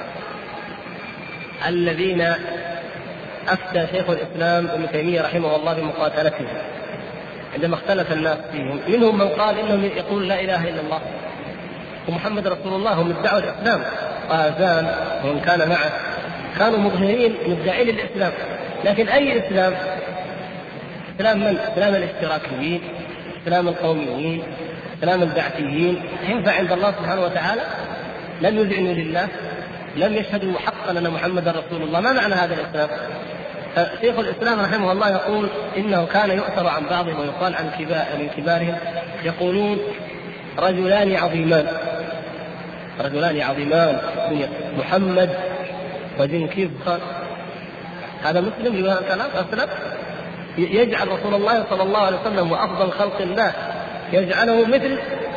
الذين أفتى شيخ الإسلام ابن تيمية رحمه الله بمقاتلتهم عندما اختلف الناس فيهم، منهم من قال إنهم يقول لا إله إلا الله ومحمد رسول الله، هم ادعوا الإسلام وآذان ومن كان معه كانوا مظهرين مدعين الإسلام، لكن أي إسلام؟ إسلام من؟ إسلام الاشتراكيين، إسلام القوميين، إسلام البعثيين ينفع عند الله سبحانه وتعالى؟ لم يذعنوا لله، لم يشهدوا حقا أن محمدا رسول الله. ما معنى هذا الإسلام؟ شيخ الإسلام رحمه الله يقول إنه كان يؤثر عن بعضهم ويقال عن كبار من كبارهم يقولون رجلان عظيمان، رجلان عظيمان محمد وجنكيز خان. هذا مسلم لما كلام أسلم يجعل رسول الله صلى الله عليه وسلم وأفضل خلق الله يجعله مثل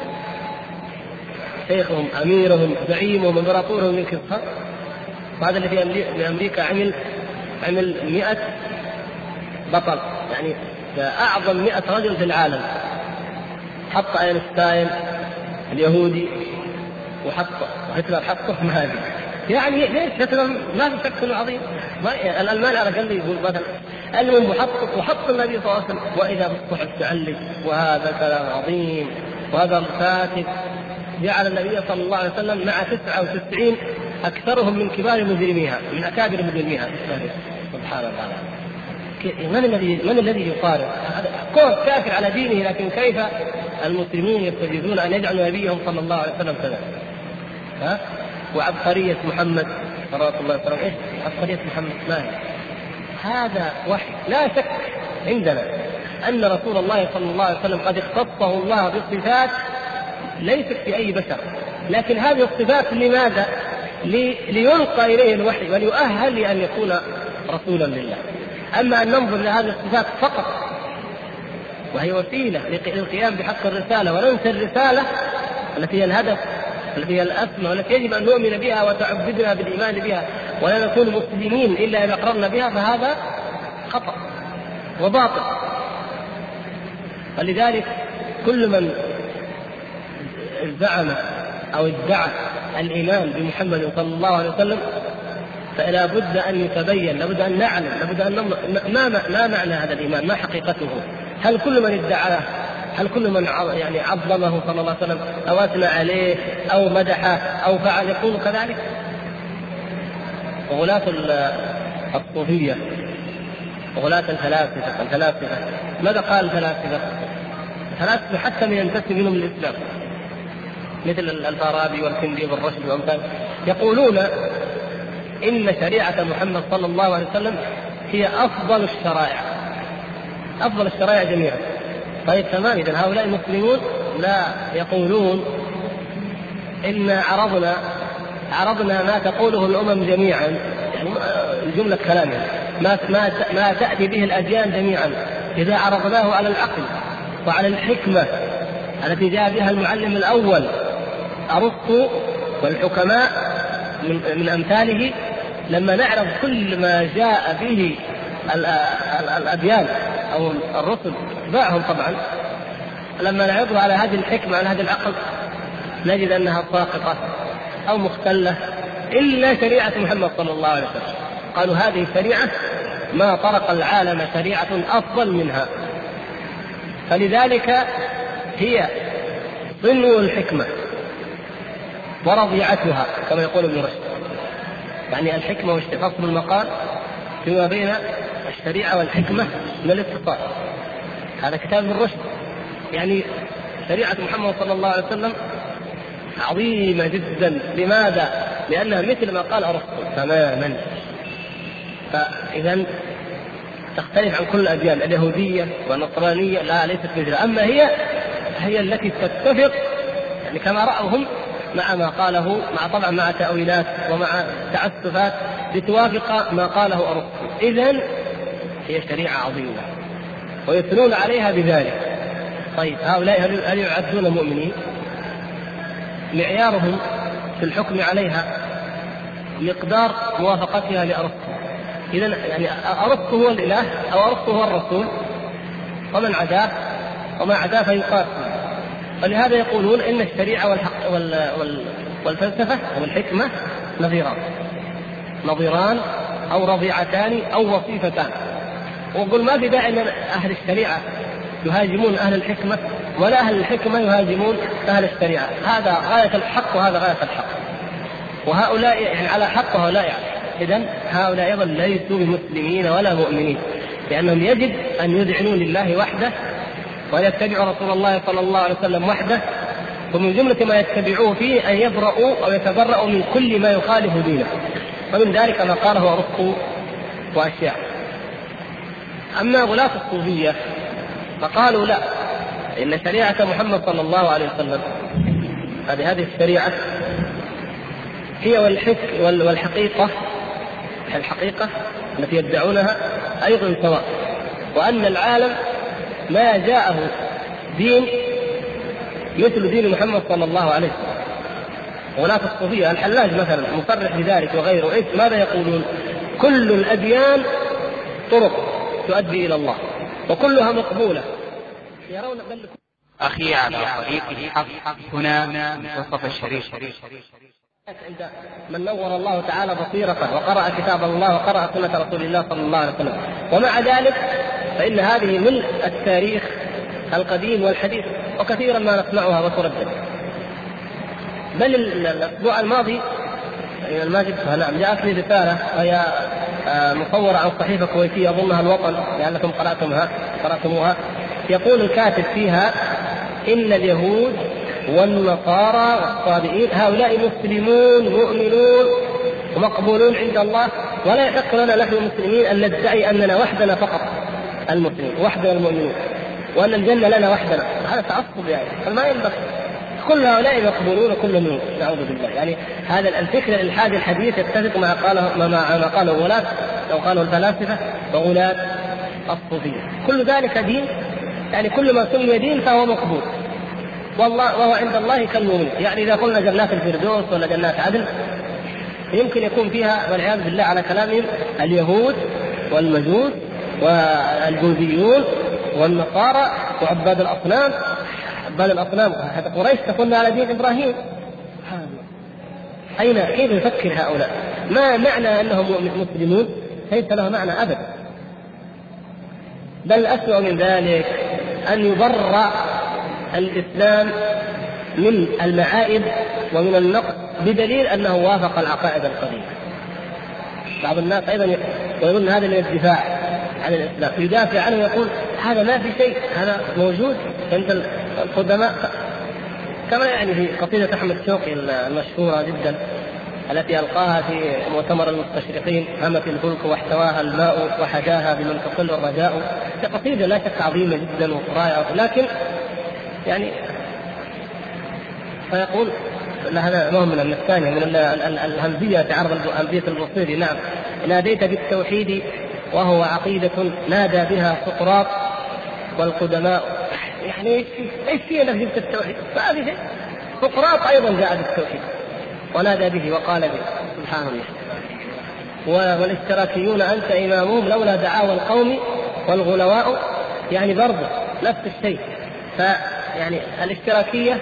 شيخهم أميرهم زعيمهم إمبراطورهم جنكيز خان. وهذا اللي في أمريكا عمل عمل مئة بطل، يعني أعظم مئة رجل في العالم، حط أينشتاين اليهودي وحط هتلر حطهم هذه. يعني ليش هتلر ما في شك انه عظيم؟ الألمان على الأقل يقول مثلا المهم محطط وحط النبي صلى الله عليه وسلم، وإذا بالصحف تعلق وهذا كلام عظيم وهذا الكاتب جعل النبي صلى الله عليه وسلم مع تسعة وتسعين أكثرهم من كبار مجرميها من أكابر مجرميها. سبحان الله. من الذي من الذي يقارن؟ كون كافر على دينه، لكن كيف المسلمين يستجيزون أن يجعلوا نبيهم صلى الله عليه وسلم كذا؟ ها؟ وعبقرية محمد صلى الله عليه وسلم، إيش عبقرية محمد؟ ما هي؟ هذا وحي. لا شك عندنا أن رسول الله صلى الله عليه وسلم قد اختصه الله بصفات ليست في أي بشر، لكن هذه الصفات لماذا؟ لي ليلقى إليه الوحي وليؤهل لأن يكون رسولا لله. أما أن ننظر لهذه الصفات فقط وهي وسيلة للقيام بحق الرسالة وننسى الرسالة التي هي الهدف التي هي الأسمى والتي يجب أن نؤمن بها وتعبدنا بالإيمان بها ولا نكون مسلمين إلا إذا أقررنا بها، فهذا خطأ وباطل. ولذلك كل من زعم أو ادعى الإيمان بمحمد صلى الله عليه وسلم فلا بد أن يتبين، لابد أن نعلم، لابد أن نمر ما ما معنى هذا الإيمان، ما حقيقته. هل كل من ادعاه، هل كل من يعني عظمه صلى الله عليه وسلم أو أثنى عليه أو مدحه أو فعل يكون كذلك؟ وغلاة الصوفية وغلاة الفلاسفة الفلاسفة ماذا قال الفلاسفة؟ الفلاسفة حتى من ينتسب منهم الإسلام مثل الفارابي والكندي والرشد وأمثال يقولون إن شريعة محمد صلى الله عليه وسلم هي أفضل الشرائع، أفضل الشرائع جميعا. طيب تمام، إذن هؤلاء المسلمون لا يقولون إن عرضنا عرضنا ما تقوله الأمم جميعا، يعني الجملة كلامها ما ما ما تأتي به الأديان جميعا إذا عرضناه على العقل وعلى الحكمة التي جاء بها المعلم الأول أرسطو والحكماء من, من أمثاله، لما نعرض كل ما جاء به الأديان أو الرسل باعهم طبعا، لما نعرضها على هذه الحكمة على هذا العقل نجد أنها ساقطة أو مختلة إلا شريعة محمد صلى الله عليه وسلم. قالوا هذه شريعة ما طرق العالم شريعة أفضل منها، فلذلك هي ضمن الحكمة ورضيعتها كما يقول ابن رشد. يعني الحكمة فصل المقال فيما بين الشريعة والحكمة من الاتصال، هذا كتاب ابن رشد. يعني شريعة محمد صلى الله عليه وسلم عظيمة جدا. لماذا؟ لأنها مثل ما قال أرسطو تماما. فإذا تختلف عن كل الأديان، اليهودية والنصرانية لا ليست مثلها، أما هي هي التي تتفق يعني كما رأوا هم مع ما قاله، مع طبعا مع تأويلات ومع تعسفات لتوافق ما قاله أرسطو. إذن هي شريعة عظيمة ويثنون عليها بذلك. طيب هؤلاء هل يعدون مؤمنين؟ معيارهم في الحكم عليها مقدار موافقتها لأرسطو. إذن يعني أرسطو هو الإله أو أرسطو هو الرسول، ومن عداه وما عداه فيقاتل. ولهذا يقولون إن الشريعة والحق وال وال والفلسفة والحكمة نظيران نظيران أو رضيعتان أو وصيفتان. وقل ما في داعي أن أهل الشريعة يهاجمون أهل الحكمة ولا أهل الحكمة يهاجمون أهل الشريعة. هذا غاية الحق وهذا غاية الحق، وهؤلاء يعني على حق وهؤلاء يعني. إذن هؤلاء أيضا ليسوا بمسلمين ولا مؤمنين، لأنهم يجب أن يذعنوا لله وحده وأن يتبعوا رسول الله صلى الله عليه وسلم وحده، ومن جملة ما يتبعوه فيه أن يبرؤوا أو يتبرؤوا من كل ما يخالف دينه، ومن ذلك ما قاله أرسطو وأشياء. أما غلاة الصوفية فقالوا لا، إن شريعة محمد صلى الله عليه وسلم هذه هذه الشريعة هي والحقيقة الحقيقة التي يدعونها أيضا سواء، وأن العالم ما جاءه دين مثل دين محمد صلى الله عليه وسلم. غلاة الصوفية الحلاج مثلا مصرح بذلك وغيره، إيش ماذا يقولون؟ كل الأديان طرق تؤدي إلى الله وكلها مقبولة. يرون بل أخي على طريق الحق هنا منتصف الشريف عند من نور الله تعالى بصيرته وقرأ كتاب الله وقرأ سنة رسول الله صلى الله عليه وسلم. ومع ذلك فإن هذه من التاريخ القديم والحديث، وكثيرا ما نسمعها وتردد. بل الأسبوع الماضي الماجد نعم جاءتني رسالة وهي مصورة عن صحيفة كويتية أظنها الوطن لعلكم قرأتموها قرأتموها يقول الكاتب فيها إن اليهود والنصارى والصابئين هؤلاء مسلمون مؤمنون ومقبولون عند الله، ولا يحق لنا نحن المسلمين أن ندعي أننا وحدنا فقط المسلمين وحدنا المؤمنون وأن الجنة لنا وحدنا. هذا تعصب يعني، فما ينبغي. كل هؤلاء مقبولون وكلهم نعوذ بالله. يعني هذا الفكر الإلحادي الحديث يتفق مع قاله ما ما قاله غلاة أو قاله الفلاسفة وغلاة الصوفية. كل ذلك دين، يعني كل ما سمي دين فهو مقبول، والله وهو عند الله كالمؤمن. يعني إذا قلنا جنات الفردوس ولا جنات عدن يمكن يكون فيها والعياذ بالله على كلامهم اليهود والمجوس والبوذيون والنصارى وعباد الأصنام. عباد الأصنام حتى قريش تكون على دين إبراهيم. أين كيف يفكر هؤلاء؟ ما معنى أنهم مسلمون؟ ليس له معنى أبدا. بل أسوأ من ذلك أن يبرأ الإسلام من المعائب ومن النقص بدليل أنه وافق العقائد القديمة. بعض الناس أيضا يقولون هذا من الدفاع عن الإسلام، يدافع عنه ويقول هذا ما في شيء، هذا موجود عند القدماء. كما يعني في قصيدة أحمد شوقي المشهورة جدا التي ألقاها في مؤتمر المستشرقين: همت الفلك واحتواها الماء وحداها بمن تقل الرجاء. قصيدة لا شك عظيمة جدا ورائعة، لكن يعني فيقول هذا نوع من الثانية من الهمزية، تعرض همزية البصيري. نعم، ناديت بالتوحيد وهو عقيدة نادى بها سقراط والقدماء. يعني ايش فيه انك جبت التوحيد؟ ما في شيء. سقراط ايضا جاء بالتوحيد ونادى به وقال به، سبحان الله. والاشتراكيون انت امامهم لولا دعاوى القوم والغلواء، يعني برضه نفس الشيء. فيعني الاشتراكية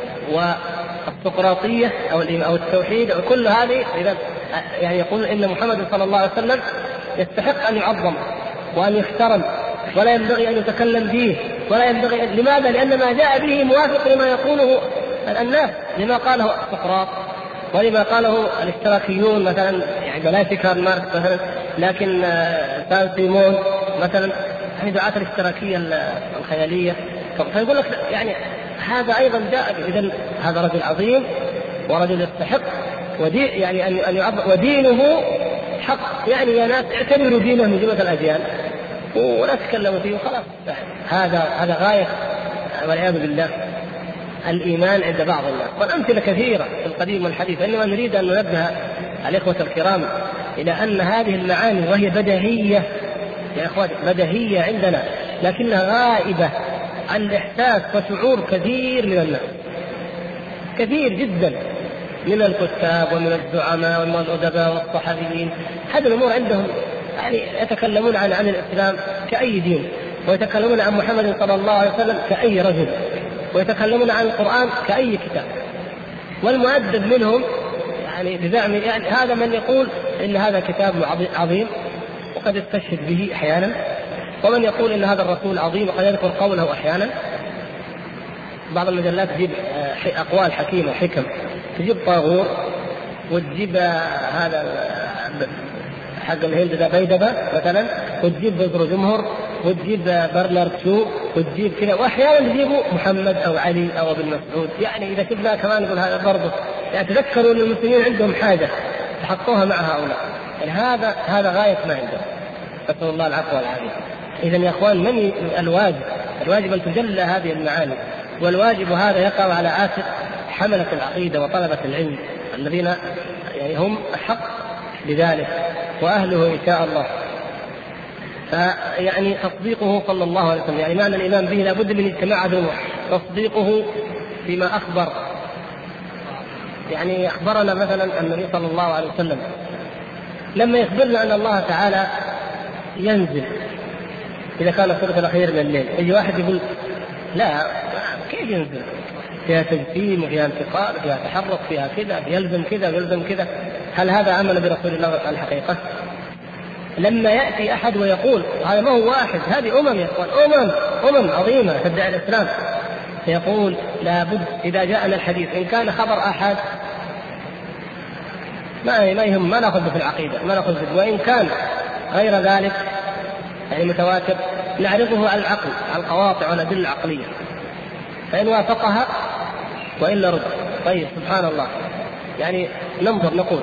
والسقراطية أو أو التوحيد وكل هذه إذا يعني يقول إن محمد صلى الله عليه وسلم يستحق أن يعظم وأن يحترم ولا ينبغي أن يتكلم به ولا ينبغي. لماذا؟ لأن ما جاء به موافق لما يقوله الناس، لما قاله سقراط ولما قاله الاشتراكيون مثلا، يعني لا كارل ماركس مثلا، لكن سان سيمون مثلا، يعني دعاة الاشتراكية الخيالية. فيقول لك يعني هذا أيضا جاء. إذن هذا رجل عظيم ورجل يستحق ودي يعني أن أن يعبر ودينه حق. يعني يا ناس اعتبروا دينه من جملة الأديان ولا تكلموا فيه وخلاص. هذا هذا غاية والعياذ بالله الإيمان عند بعض الناس. والأمثلة كثيرة في القديم والحديث، إنما نريد أن ننبه الإخوة الكرام إلى أن هذه المعاني وهي بديهية يا إخوان، بديهية عندنا لكنها غائبة عن الإحساس وشعور كثير من الناس، كثير جدا من الكتاب ومن الزعماء ومن الأدباء والصحفيين. هذه الأمور عندهم يعني يتكلمون عن عن الإسلام كأي دين، ويتكلمون عن محمد صلى الله عليه وسلم كأي رجل، ويتكلمون عن القرآن كأي كتاب. والمؤدب منهم يعني بزعم يعني هذا من يقول إن هذا كتاب عظيم وقد يستشهد به أحيانا، ومن يقول إن هذا الرسول عظيم وقد يذكر قوله أحيانا. بعض المجلات تجيب أقوال حكيمة حكم، تجيب طاغور وتجيب هذا حق الهند ذا بيدبة مثلا، وتجيب بزر جمهر، وتجيب برنارد شو وتجيب كذا، واحيانا تجيبوا محمد او علي او ابن مسعود. يعني اذا شفنا كمان نقول هذا برضه يعني تذكروا ان المسلمين عندهم حاجه تحطوها مع هؤلاء. يعني هذا هذا غايه ما عندهم، نسال الله العفو والعافيه. اذا يا اخوان من الواجب؟ الواجب ان تجلى هذه المعاني، والواجب هذا يقع على عاتق حمله العقيده وطلبه العلم الذين يعني هم احق بذلك واهله ان شاء الله. فيعني تصديقه صلى الله عليه وسلم، يعني معنى الإيمان به لابد من اجتماع ذنوب. تصديقه فيما أخبر، يعني أخبرنا مثلا النبي صلى الله عليه وسلم لما يخبرنا أن الله تعالى ينزل إذا كان الثلث الأخير من الليل، يجي واحد يقول لا كيف ينزل؟ فيها تجسيم وفيها انتقال وفيها تحرك فيها كذا يلزم كذا ويلزم كذا. هل هذا آمن برسول الله الحقيقة؟ لما يأتي أحد ويقول، وهذا ما هو واحد، هذه أمم يا إخوان، أمم أمم عظيمة تدعي الإسلام، فيقول لابد إذا جاءنا الحديث إن كان خبر أحد ما ما يهم، ما نأخذ في العقيدة، ما نأخذ في، وإن كان غير ذلك يعني متواتر نعرضه على العقل، على القواطع والأدلة العقلية، فإن وافقها وإلا رد. طيب سبحان الله، يعني ننظر نقول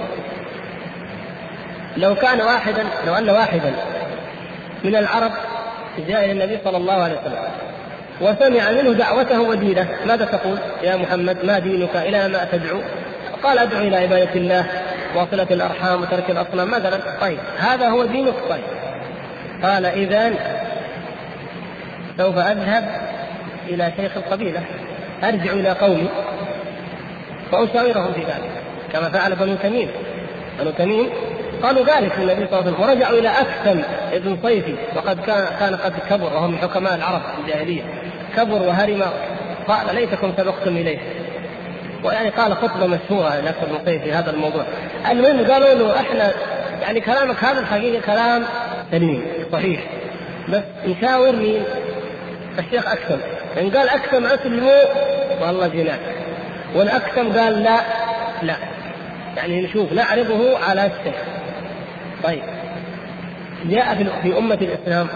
لو كان واحدا، لو أن واحدا من العرب جاء إلى النبي صلى الله عليه وسلم وسمع منه دعوته ودينه، ماذا تقول؟ يا محمد ما دينك؟ إلى ما تدعو؟ قال أدعو إلى عبادة الله وصلة الأرحام وترك الأصنام مثلا. طيب هذا هو دينك؟ طيب قال إذن سوف أذهب إلى شيخ القبيلة، أرجع إلى قومي فأشاورهم في ذلك، كما فعل بنو تميم. بنو تميم قالوا ذلك للنبي صلى الله عليه وسلم، ورجعوا إلى أكثم ابن صيفي، وقد كان قد كبر، وهم من حكماء العرب في الجاهلية، كبر وهرم، قال ليتكم سبقتم إليه. ويعني قال خطبة مشهورة لأكثر ابن صيفي في هذا الموضوع. المهم قالوا له احنا يعني كلامك هذا الحقيقة كلام سليم صحيح، بس نشاور مين؟ الشيخ أكثم. إن قال أكثم أسلموا والله جناك، والأكثم قال لا لا، يعني نشوف نعرضه على الشيخ. طيب جاء في أمة الإسلام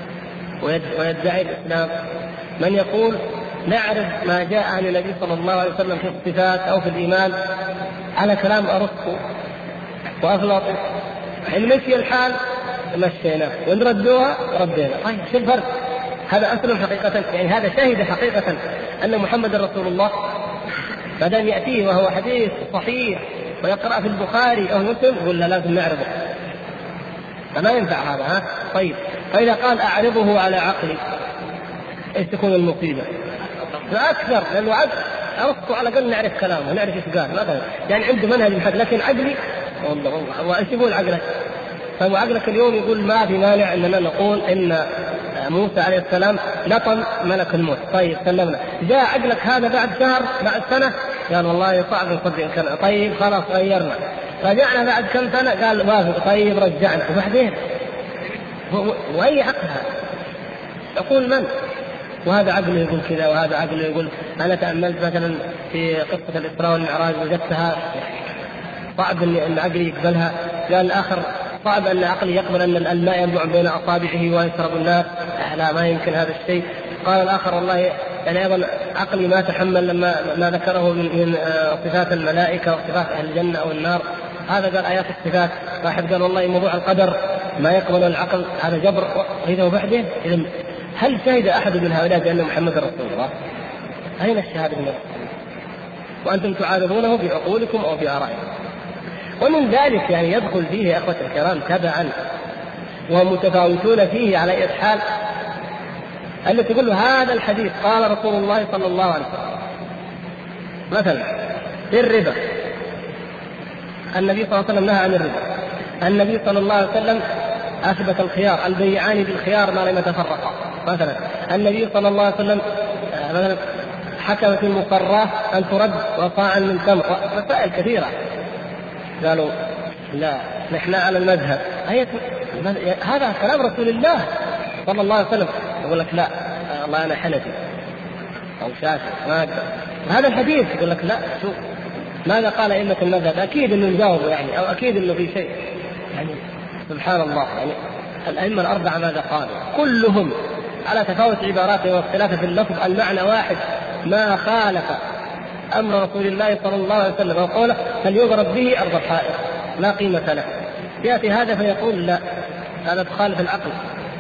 ويدعي الإسلام من يقول نعرض ما جاء عن النبي صلى الله عليه وسلم في الصفات أو في الإيمان على كلام أرسطو وأفلاطون، إن مشي الحال مشينا وإن ردوها ردينا. طيب شو الفرق؟ هذا أسلم حقيقة، يعني هذا شهد حقيقة أن محمد رسول الله، فدام يأتيه وهو حديث صحيح ويقرأ في البخاري أو مسلم يقول لا لازم نعرضه، فما ينفع هذا. ها طيب فإذا قال أعرضه على عقلي إيش تكون المصيبة؟ فأكثر، لأنه عقل أرسطو على الأقل نعرف كلامه ونعرف إيش قال مثلا، يعني عنده منهج محد، لكن عقلي والله والله وإيش يقول عقلك؟ فهو عقلك اليوم يقول ما في مانع أننا نقول إن موسى عليه السلام لطم ملك الموت. طيب سلمنا. جاء عقلك هذا بعد شهر بعد سنة قال والله صعب نصدق كذا، طيب خلاص غيرنا. رجعنا بعد كم سنة قال وافق، طيب رجعنا. وبعدين وأي عقل هذا؟ يقول من؟ وهذا عقله يقول كذا وهذا عقله يقول. أنا تأملت مثلا في قصة الإسراء والمعراج وجدتها صعب أن عقلي يقبلها. قال الآخر صعب أن عقلي يقبل أن الماء ينبع بين أصابعه ويشرب الناس، لا ما يمكن هذا الشيء. قال الآخر والله يعني أيضا عقلي ما تحمل لما ما ذكره من صفات الملائكة وصفات أهل الجنة أو النار. هذا قال آيات الصفات. واحد قال والله موضوع القدر ما يقبل العقل، هذا جبر. إذا وبعدين إذا هل شهد أحد من هؤلاء بأن محمد رسول الله؟ أين الشهادة من رسول الله؟ وأنتم تعارضونه بعقولكم أو بآرائكم. ومن ذلك يعني يدخل فيه يا أخوة الكرام تبعا ومتفاوتون فيه على أي حال التي تقول له هذا الحديث قال رسول الله صلى الله عليه وسلم. مثلا في الربا النبي صلى الله عليه وسلم نهى عن الربا. النبي صلى الله عليه وسلم أثبت الخيار، البيعان بالخيار ما لم يتفرقا. مثلا النبي صلى الله عليه وسلم مثلا حكم في المقرة أن ترد وصاعا من تمر، مسائل كثيرة. قالوا لا نحن على المذهب. هذا كلام رسول الله صلى الله عليه وسلم. يقول لك لا الله أنا حنفي أو شافعي ما أقدر. هذا الحديث يقول لك لا شوف ماذا قال أئمة المذهب، أكيد إنه نجاوبه يعني، أو أكيد إنه في شيء يعني. سبحان الله، يعني الأئمة الأربعة ماذا قالوا؟ كلهم على تفاوت عباراته واختلاف في اللفظ المعنى واحد ما خالف أمر رسول الله صلى الله عليه وسلم وقوله فليضرب به أرض الحائط لا قيمة له، يأتي هذا فيقول لا هذا تخالف العقل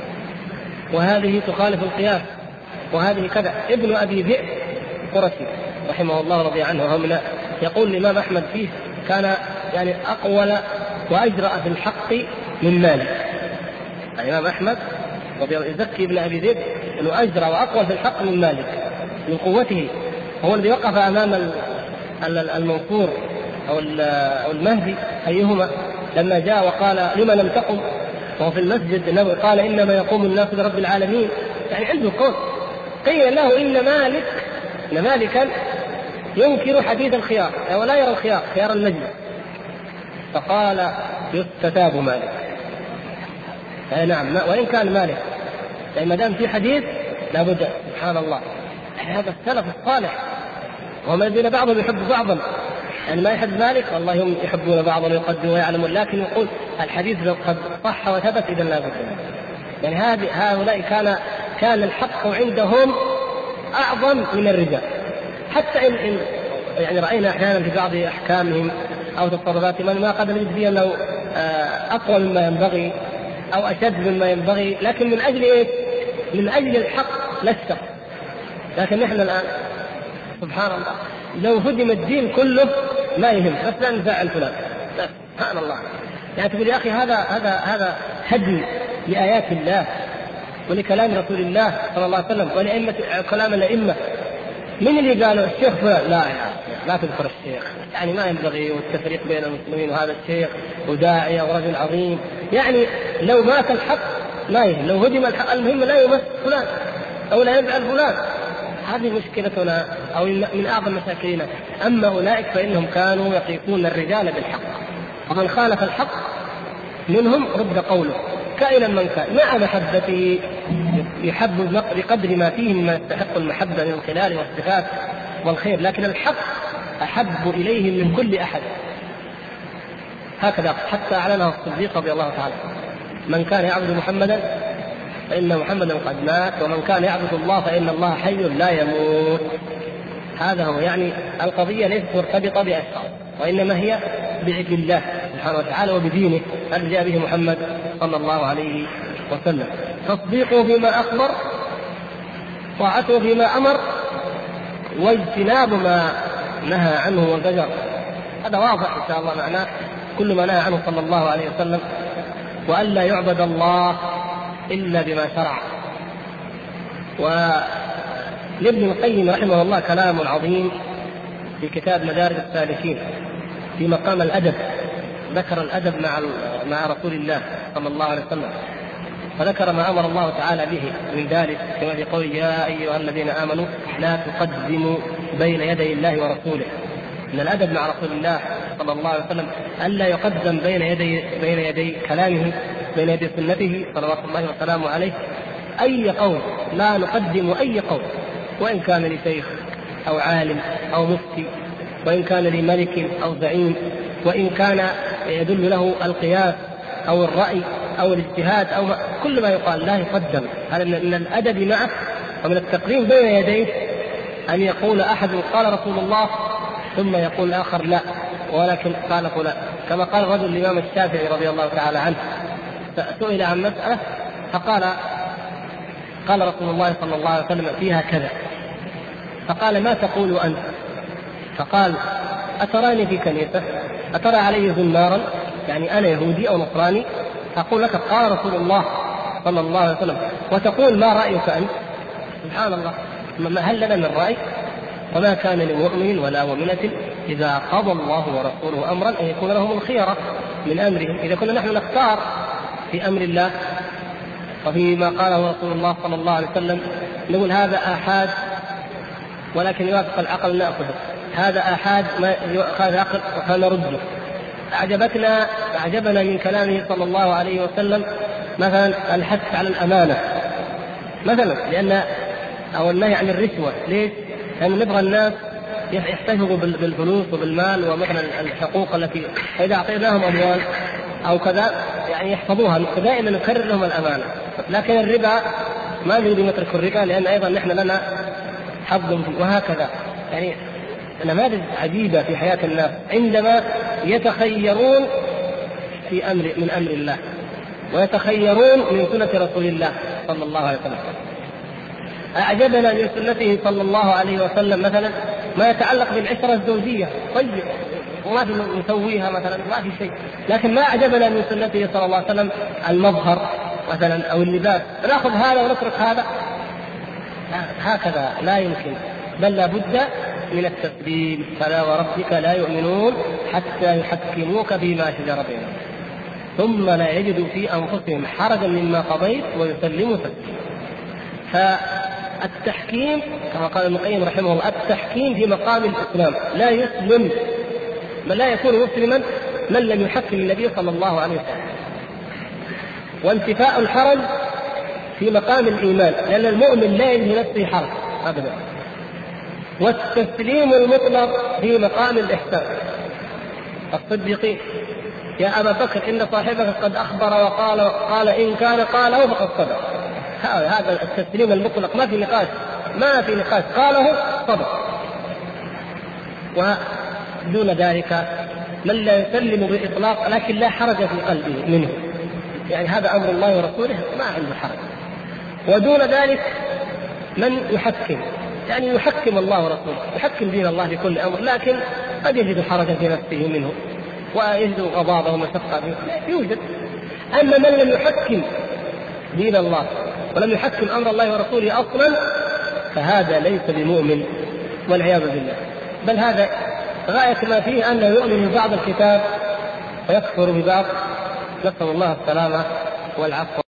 وهذه تخالف القياس وهذه كذا. ابن أبي ذئب قرشي رحمه الله رضي عنه وهو من يقول الإمام أحمد فيه كان يعني أقول وأجرأ في الحق من مالك. الإمام أحمد يزكي ابن أبي ذئب أنه أجرأ وأقوى في الحق من مالك من قوته، هو الذي وقف أمام المنصور أو المهدي أيهما لما جاء وقال لما لم تقم وهو في المسجد قال إنما يقوم الناس لرب العالمين، يعني عنده قول. قيل له إن مالك إن مالكا ينكر حديث الخيار ولا يرى الخيار خيار المجلس، فقال يستتاب مالك. أي نعم وإن كان مالك يعني ما دام في حديث لابد. سبحان الله، يعني هذا السلف الصالح وهم الذين بعضهم يحب بعضا، يعني ما يحب مالك والله هم يحبون بعضهم ويقدرون ويعلمون، لكن يقول الحديث لو قد صح وثبت إذا لا بد. يعني هذه هؤلاء كان كان الحق عندهم أعظم من الرجال، حتى إن, إن يعني رأينا أحيانا في بعض أحكامهم أو تصرفاتهم ما قد نجد فيه أنه أقوى مما ينبغي أو أشد مما ينبغي، لكن من أجل إيه؟ من أجل الحق لا الشر. لكن نحن الآن سبحان الله لو هدم الدين كله ما يهم، بس لا نزعل فلان. سبحان الله، يعني تقول يا أخي هذا هذا هذا هدم لآيات الله ولكلام رسول الله صلى الله عليه وسلم ولأئمة كلام الأئمة. من اللي قالوا الشيخ فلان؟ لا يا لا تذكر الشيخ، يعني ما ينبغي والتفريق بين المسلمين وهذا الشيخ وداعية ورجل عظيم، يعني لو مات الحق ما يهم، لو هدم الحق المهم لا يمس فلان أو لا يفعل فلان. هذه مشكلتنا أو من أعظم مشاكلنا. أما أولئك فإنهم كانوا يقيسون الرجال بالحق، ومن خالف الحق منهم رد قوله كائنا من كان مع محبته يحب بقدر ما فيه مما يستحق المحبة من الخلال والصفات والخير، لكن الحق أحب إليهم من كل أحد. هكذا حتى أعلنه الصديق رضي الله تعالى: من كان يعبد محمدا فإن محمدا قد مات، ومن كان يعبد الله فإن الله حي لا يموت. هذا هو، يعني القضية ليست مرتبطة بأشخاص، وإنما هي بعلم الله سبحانه وتعالى وبدينه الذي جاء به محمد صلى الله عليه وسلم. تصديقه بما أخبر، طاعته بما أمر، واجتناب ما نهى عنه وزجر. هذا واضح إن شاء الله معناه كل ما نهى عنه صلى الله عليه وسلم، وألا يعبد الله إلا بما شرع. ولابن القيم رحمه الله كلام عظيم في كتاب مدارج السالكين في مقام الأدب، ذكر الأدب مع مع رسول الله صلى الله عليه وسلم، وذكر ما أمر الله تعالى به من ذلك كما في قول يا أيها الذين آمنوا لا تقدموا بين يدي الله ورسوله. إن الأدب مع رسول الله صلى الله عليه وسلم ألا يقدم بين يدي بين يدي كلامه، بين يدي سنته صلوات الله وسلامه عليه أي قول، لا نقدم أي قول، وإن كان لشيخ أو عالم أو مفتي، وإن كان لملك أو زعيم، وإن كان يدل له القياس أو الرأي أو الاجتهاد أو ما، كل ما يقال لا يقدم. هذا من الأدب معه ومن التقديم بين يديه أن يقول أحد قال رسول الله ثم يقول آخر لا ولكن قال فلان، كما قال رجل الإمام الشافعي رضي الله تعالى عنه سئل عن مسألة فقال قال رسول الله صلى الله عليه وسلم فيها كذا، فقال ما تقول أنت؟ فقال أتراني في كنيسة؟ أترى علي زنارا؟ يعني أنا يهودي أو نصراني؟ أقول لك قال رسول الله صلى الله عليه وسلم وتقول ما رأيك أنت؟ سبحان الله، ما هل لنا من رأي؟ وما كان لمؤمن ولا مؤمنة إذا قضى الله ورسوله أمرا أن يكون لهم الخيرة من أمرهم. إذا كنا نحن نختار في أمر الله وفيما قاله رسول الله صلى الله عليه وسلم نقول هذا آحاد ولكن يوافق العقل نأخذه، هذا آحاد ما يؤخذ العقل فنرده. أعجبتنا أعجبنا من كلامه صلى الله عليه وسلم مثلا الحث على الأمانة مثلا، لأن أو النهي عن الرشوة. ليش؟ لأن نبغى الناس يحتفظوا بالفلوس وبالمال ومثلا الحقوق التي إذا أعطيناهم أموال أو كذا يعني يحفظوها، دائما نكرر لهم الأمانة. لكن الربا ما نريد نترك الربا لأن أيضا نحن لنا حظ، وهكذا. يعني نماذج عجيبة في حياة الناس عندما يتخيرون في أمر من أمر الله ويتخيرون من سنة رسول الله صلى الله عليه وسلم. أعجبنا من سنته صلى الله عليه وسلم مثلا ما يتعلق بالعشرة الزوجية، طيب وما في نسويها مثلا، ما في شيء. لكن ما أعجبنا من سنته صلى الله عليه وسلم المظهر مثلا أو اللباس، نأخذ هذا ونترك هذا، هكذا لا يمكن، بل لا بد من التسليم. فلا وربك لا يؤمنون حتى يحكموك فيما شجر بينهم ثم لا يجدوا في أنفسهم حرجا مما قضيت ويسلموا تسليما. فالتحكيم كما قال ابن القيم رحمه الله، التحكيم في مقام الإسلام لا يسلم، من لا يكون مسلما من لم يحكم النبي صلى الله عليه وسلم. وانتفاء الحرج في مقام الإيمان، لأن المؤمن لا يجد نفسه حرج أبدا. والتسليم المطلق في مقام الإحسان. الصديقين يا أبا بكر إن صاحبك قد أخبر وقال قال إن كان قاله فقد صدق. هذا التسليم المطلق، ما في نقاش، ما في نقاش، قاله صدق. ودون ذلك من لا يسلم بإطلاق لكن لا حرج في قلبه منه، يعني هذا أمر الله ورسوله ما عنده حرج. ودون ذلك من يحكم، يعني يحكم الله ورسوله، يحكم دين الله في كل أمر، لكن قد يجد حرجا في نفسه منه ويجد غضاضه ومشقة يوجد. أما من لم يحكم دين الله ولم يحكم أمر الله ورسوله أصلا فهذا ليس بمؤمن والعياذ بالله، بل هذا غاية ما فيه أنه يؤمن ببعض الكتاب ويكفر ببعض. نسأل الله السلامة والعفو.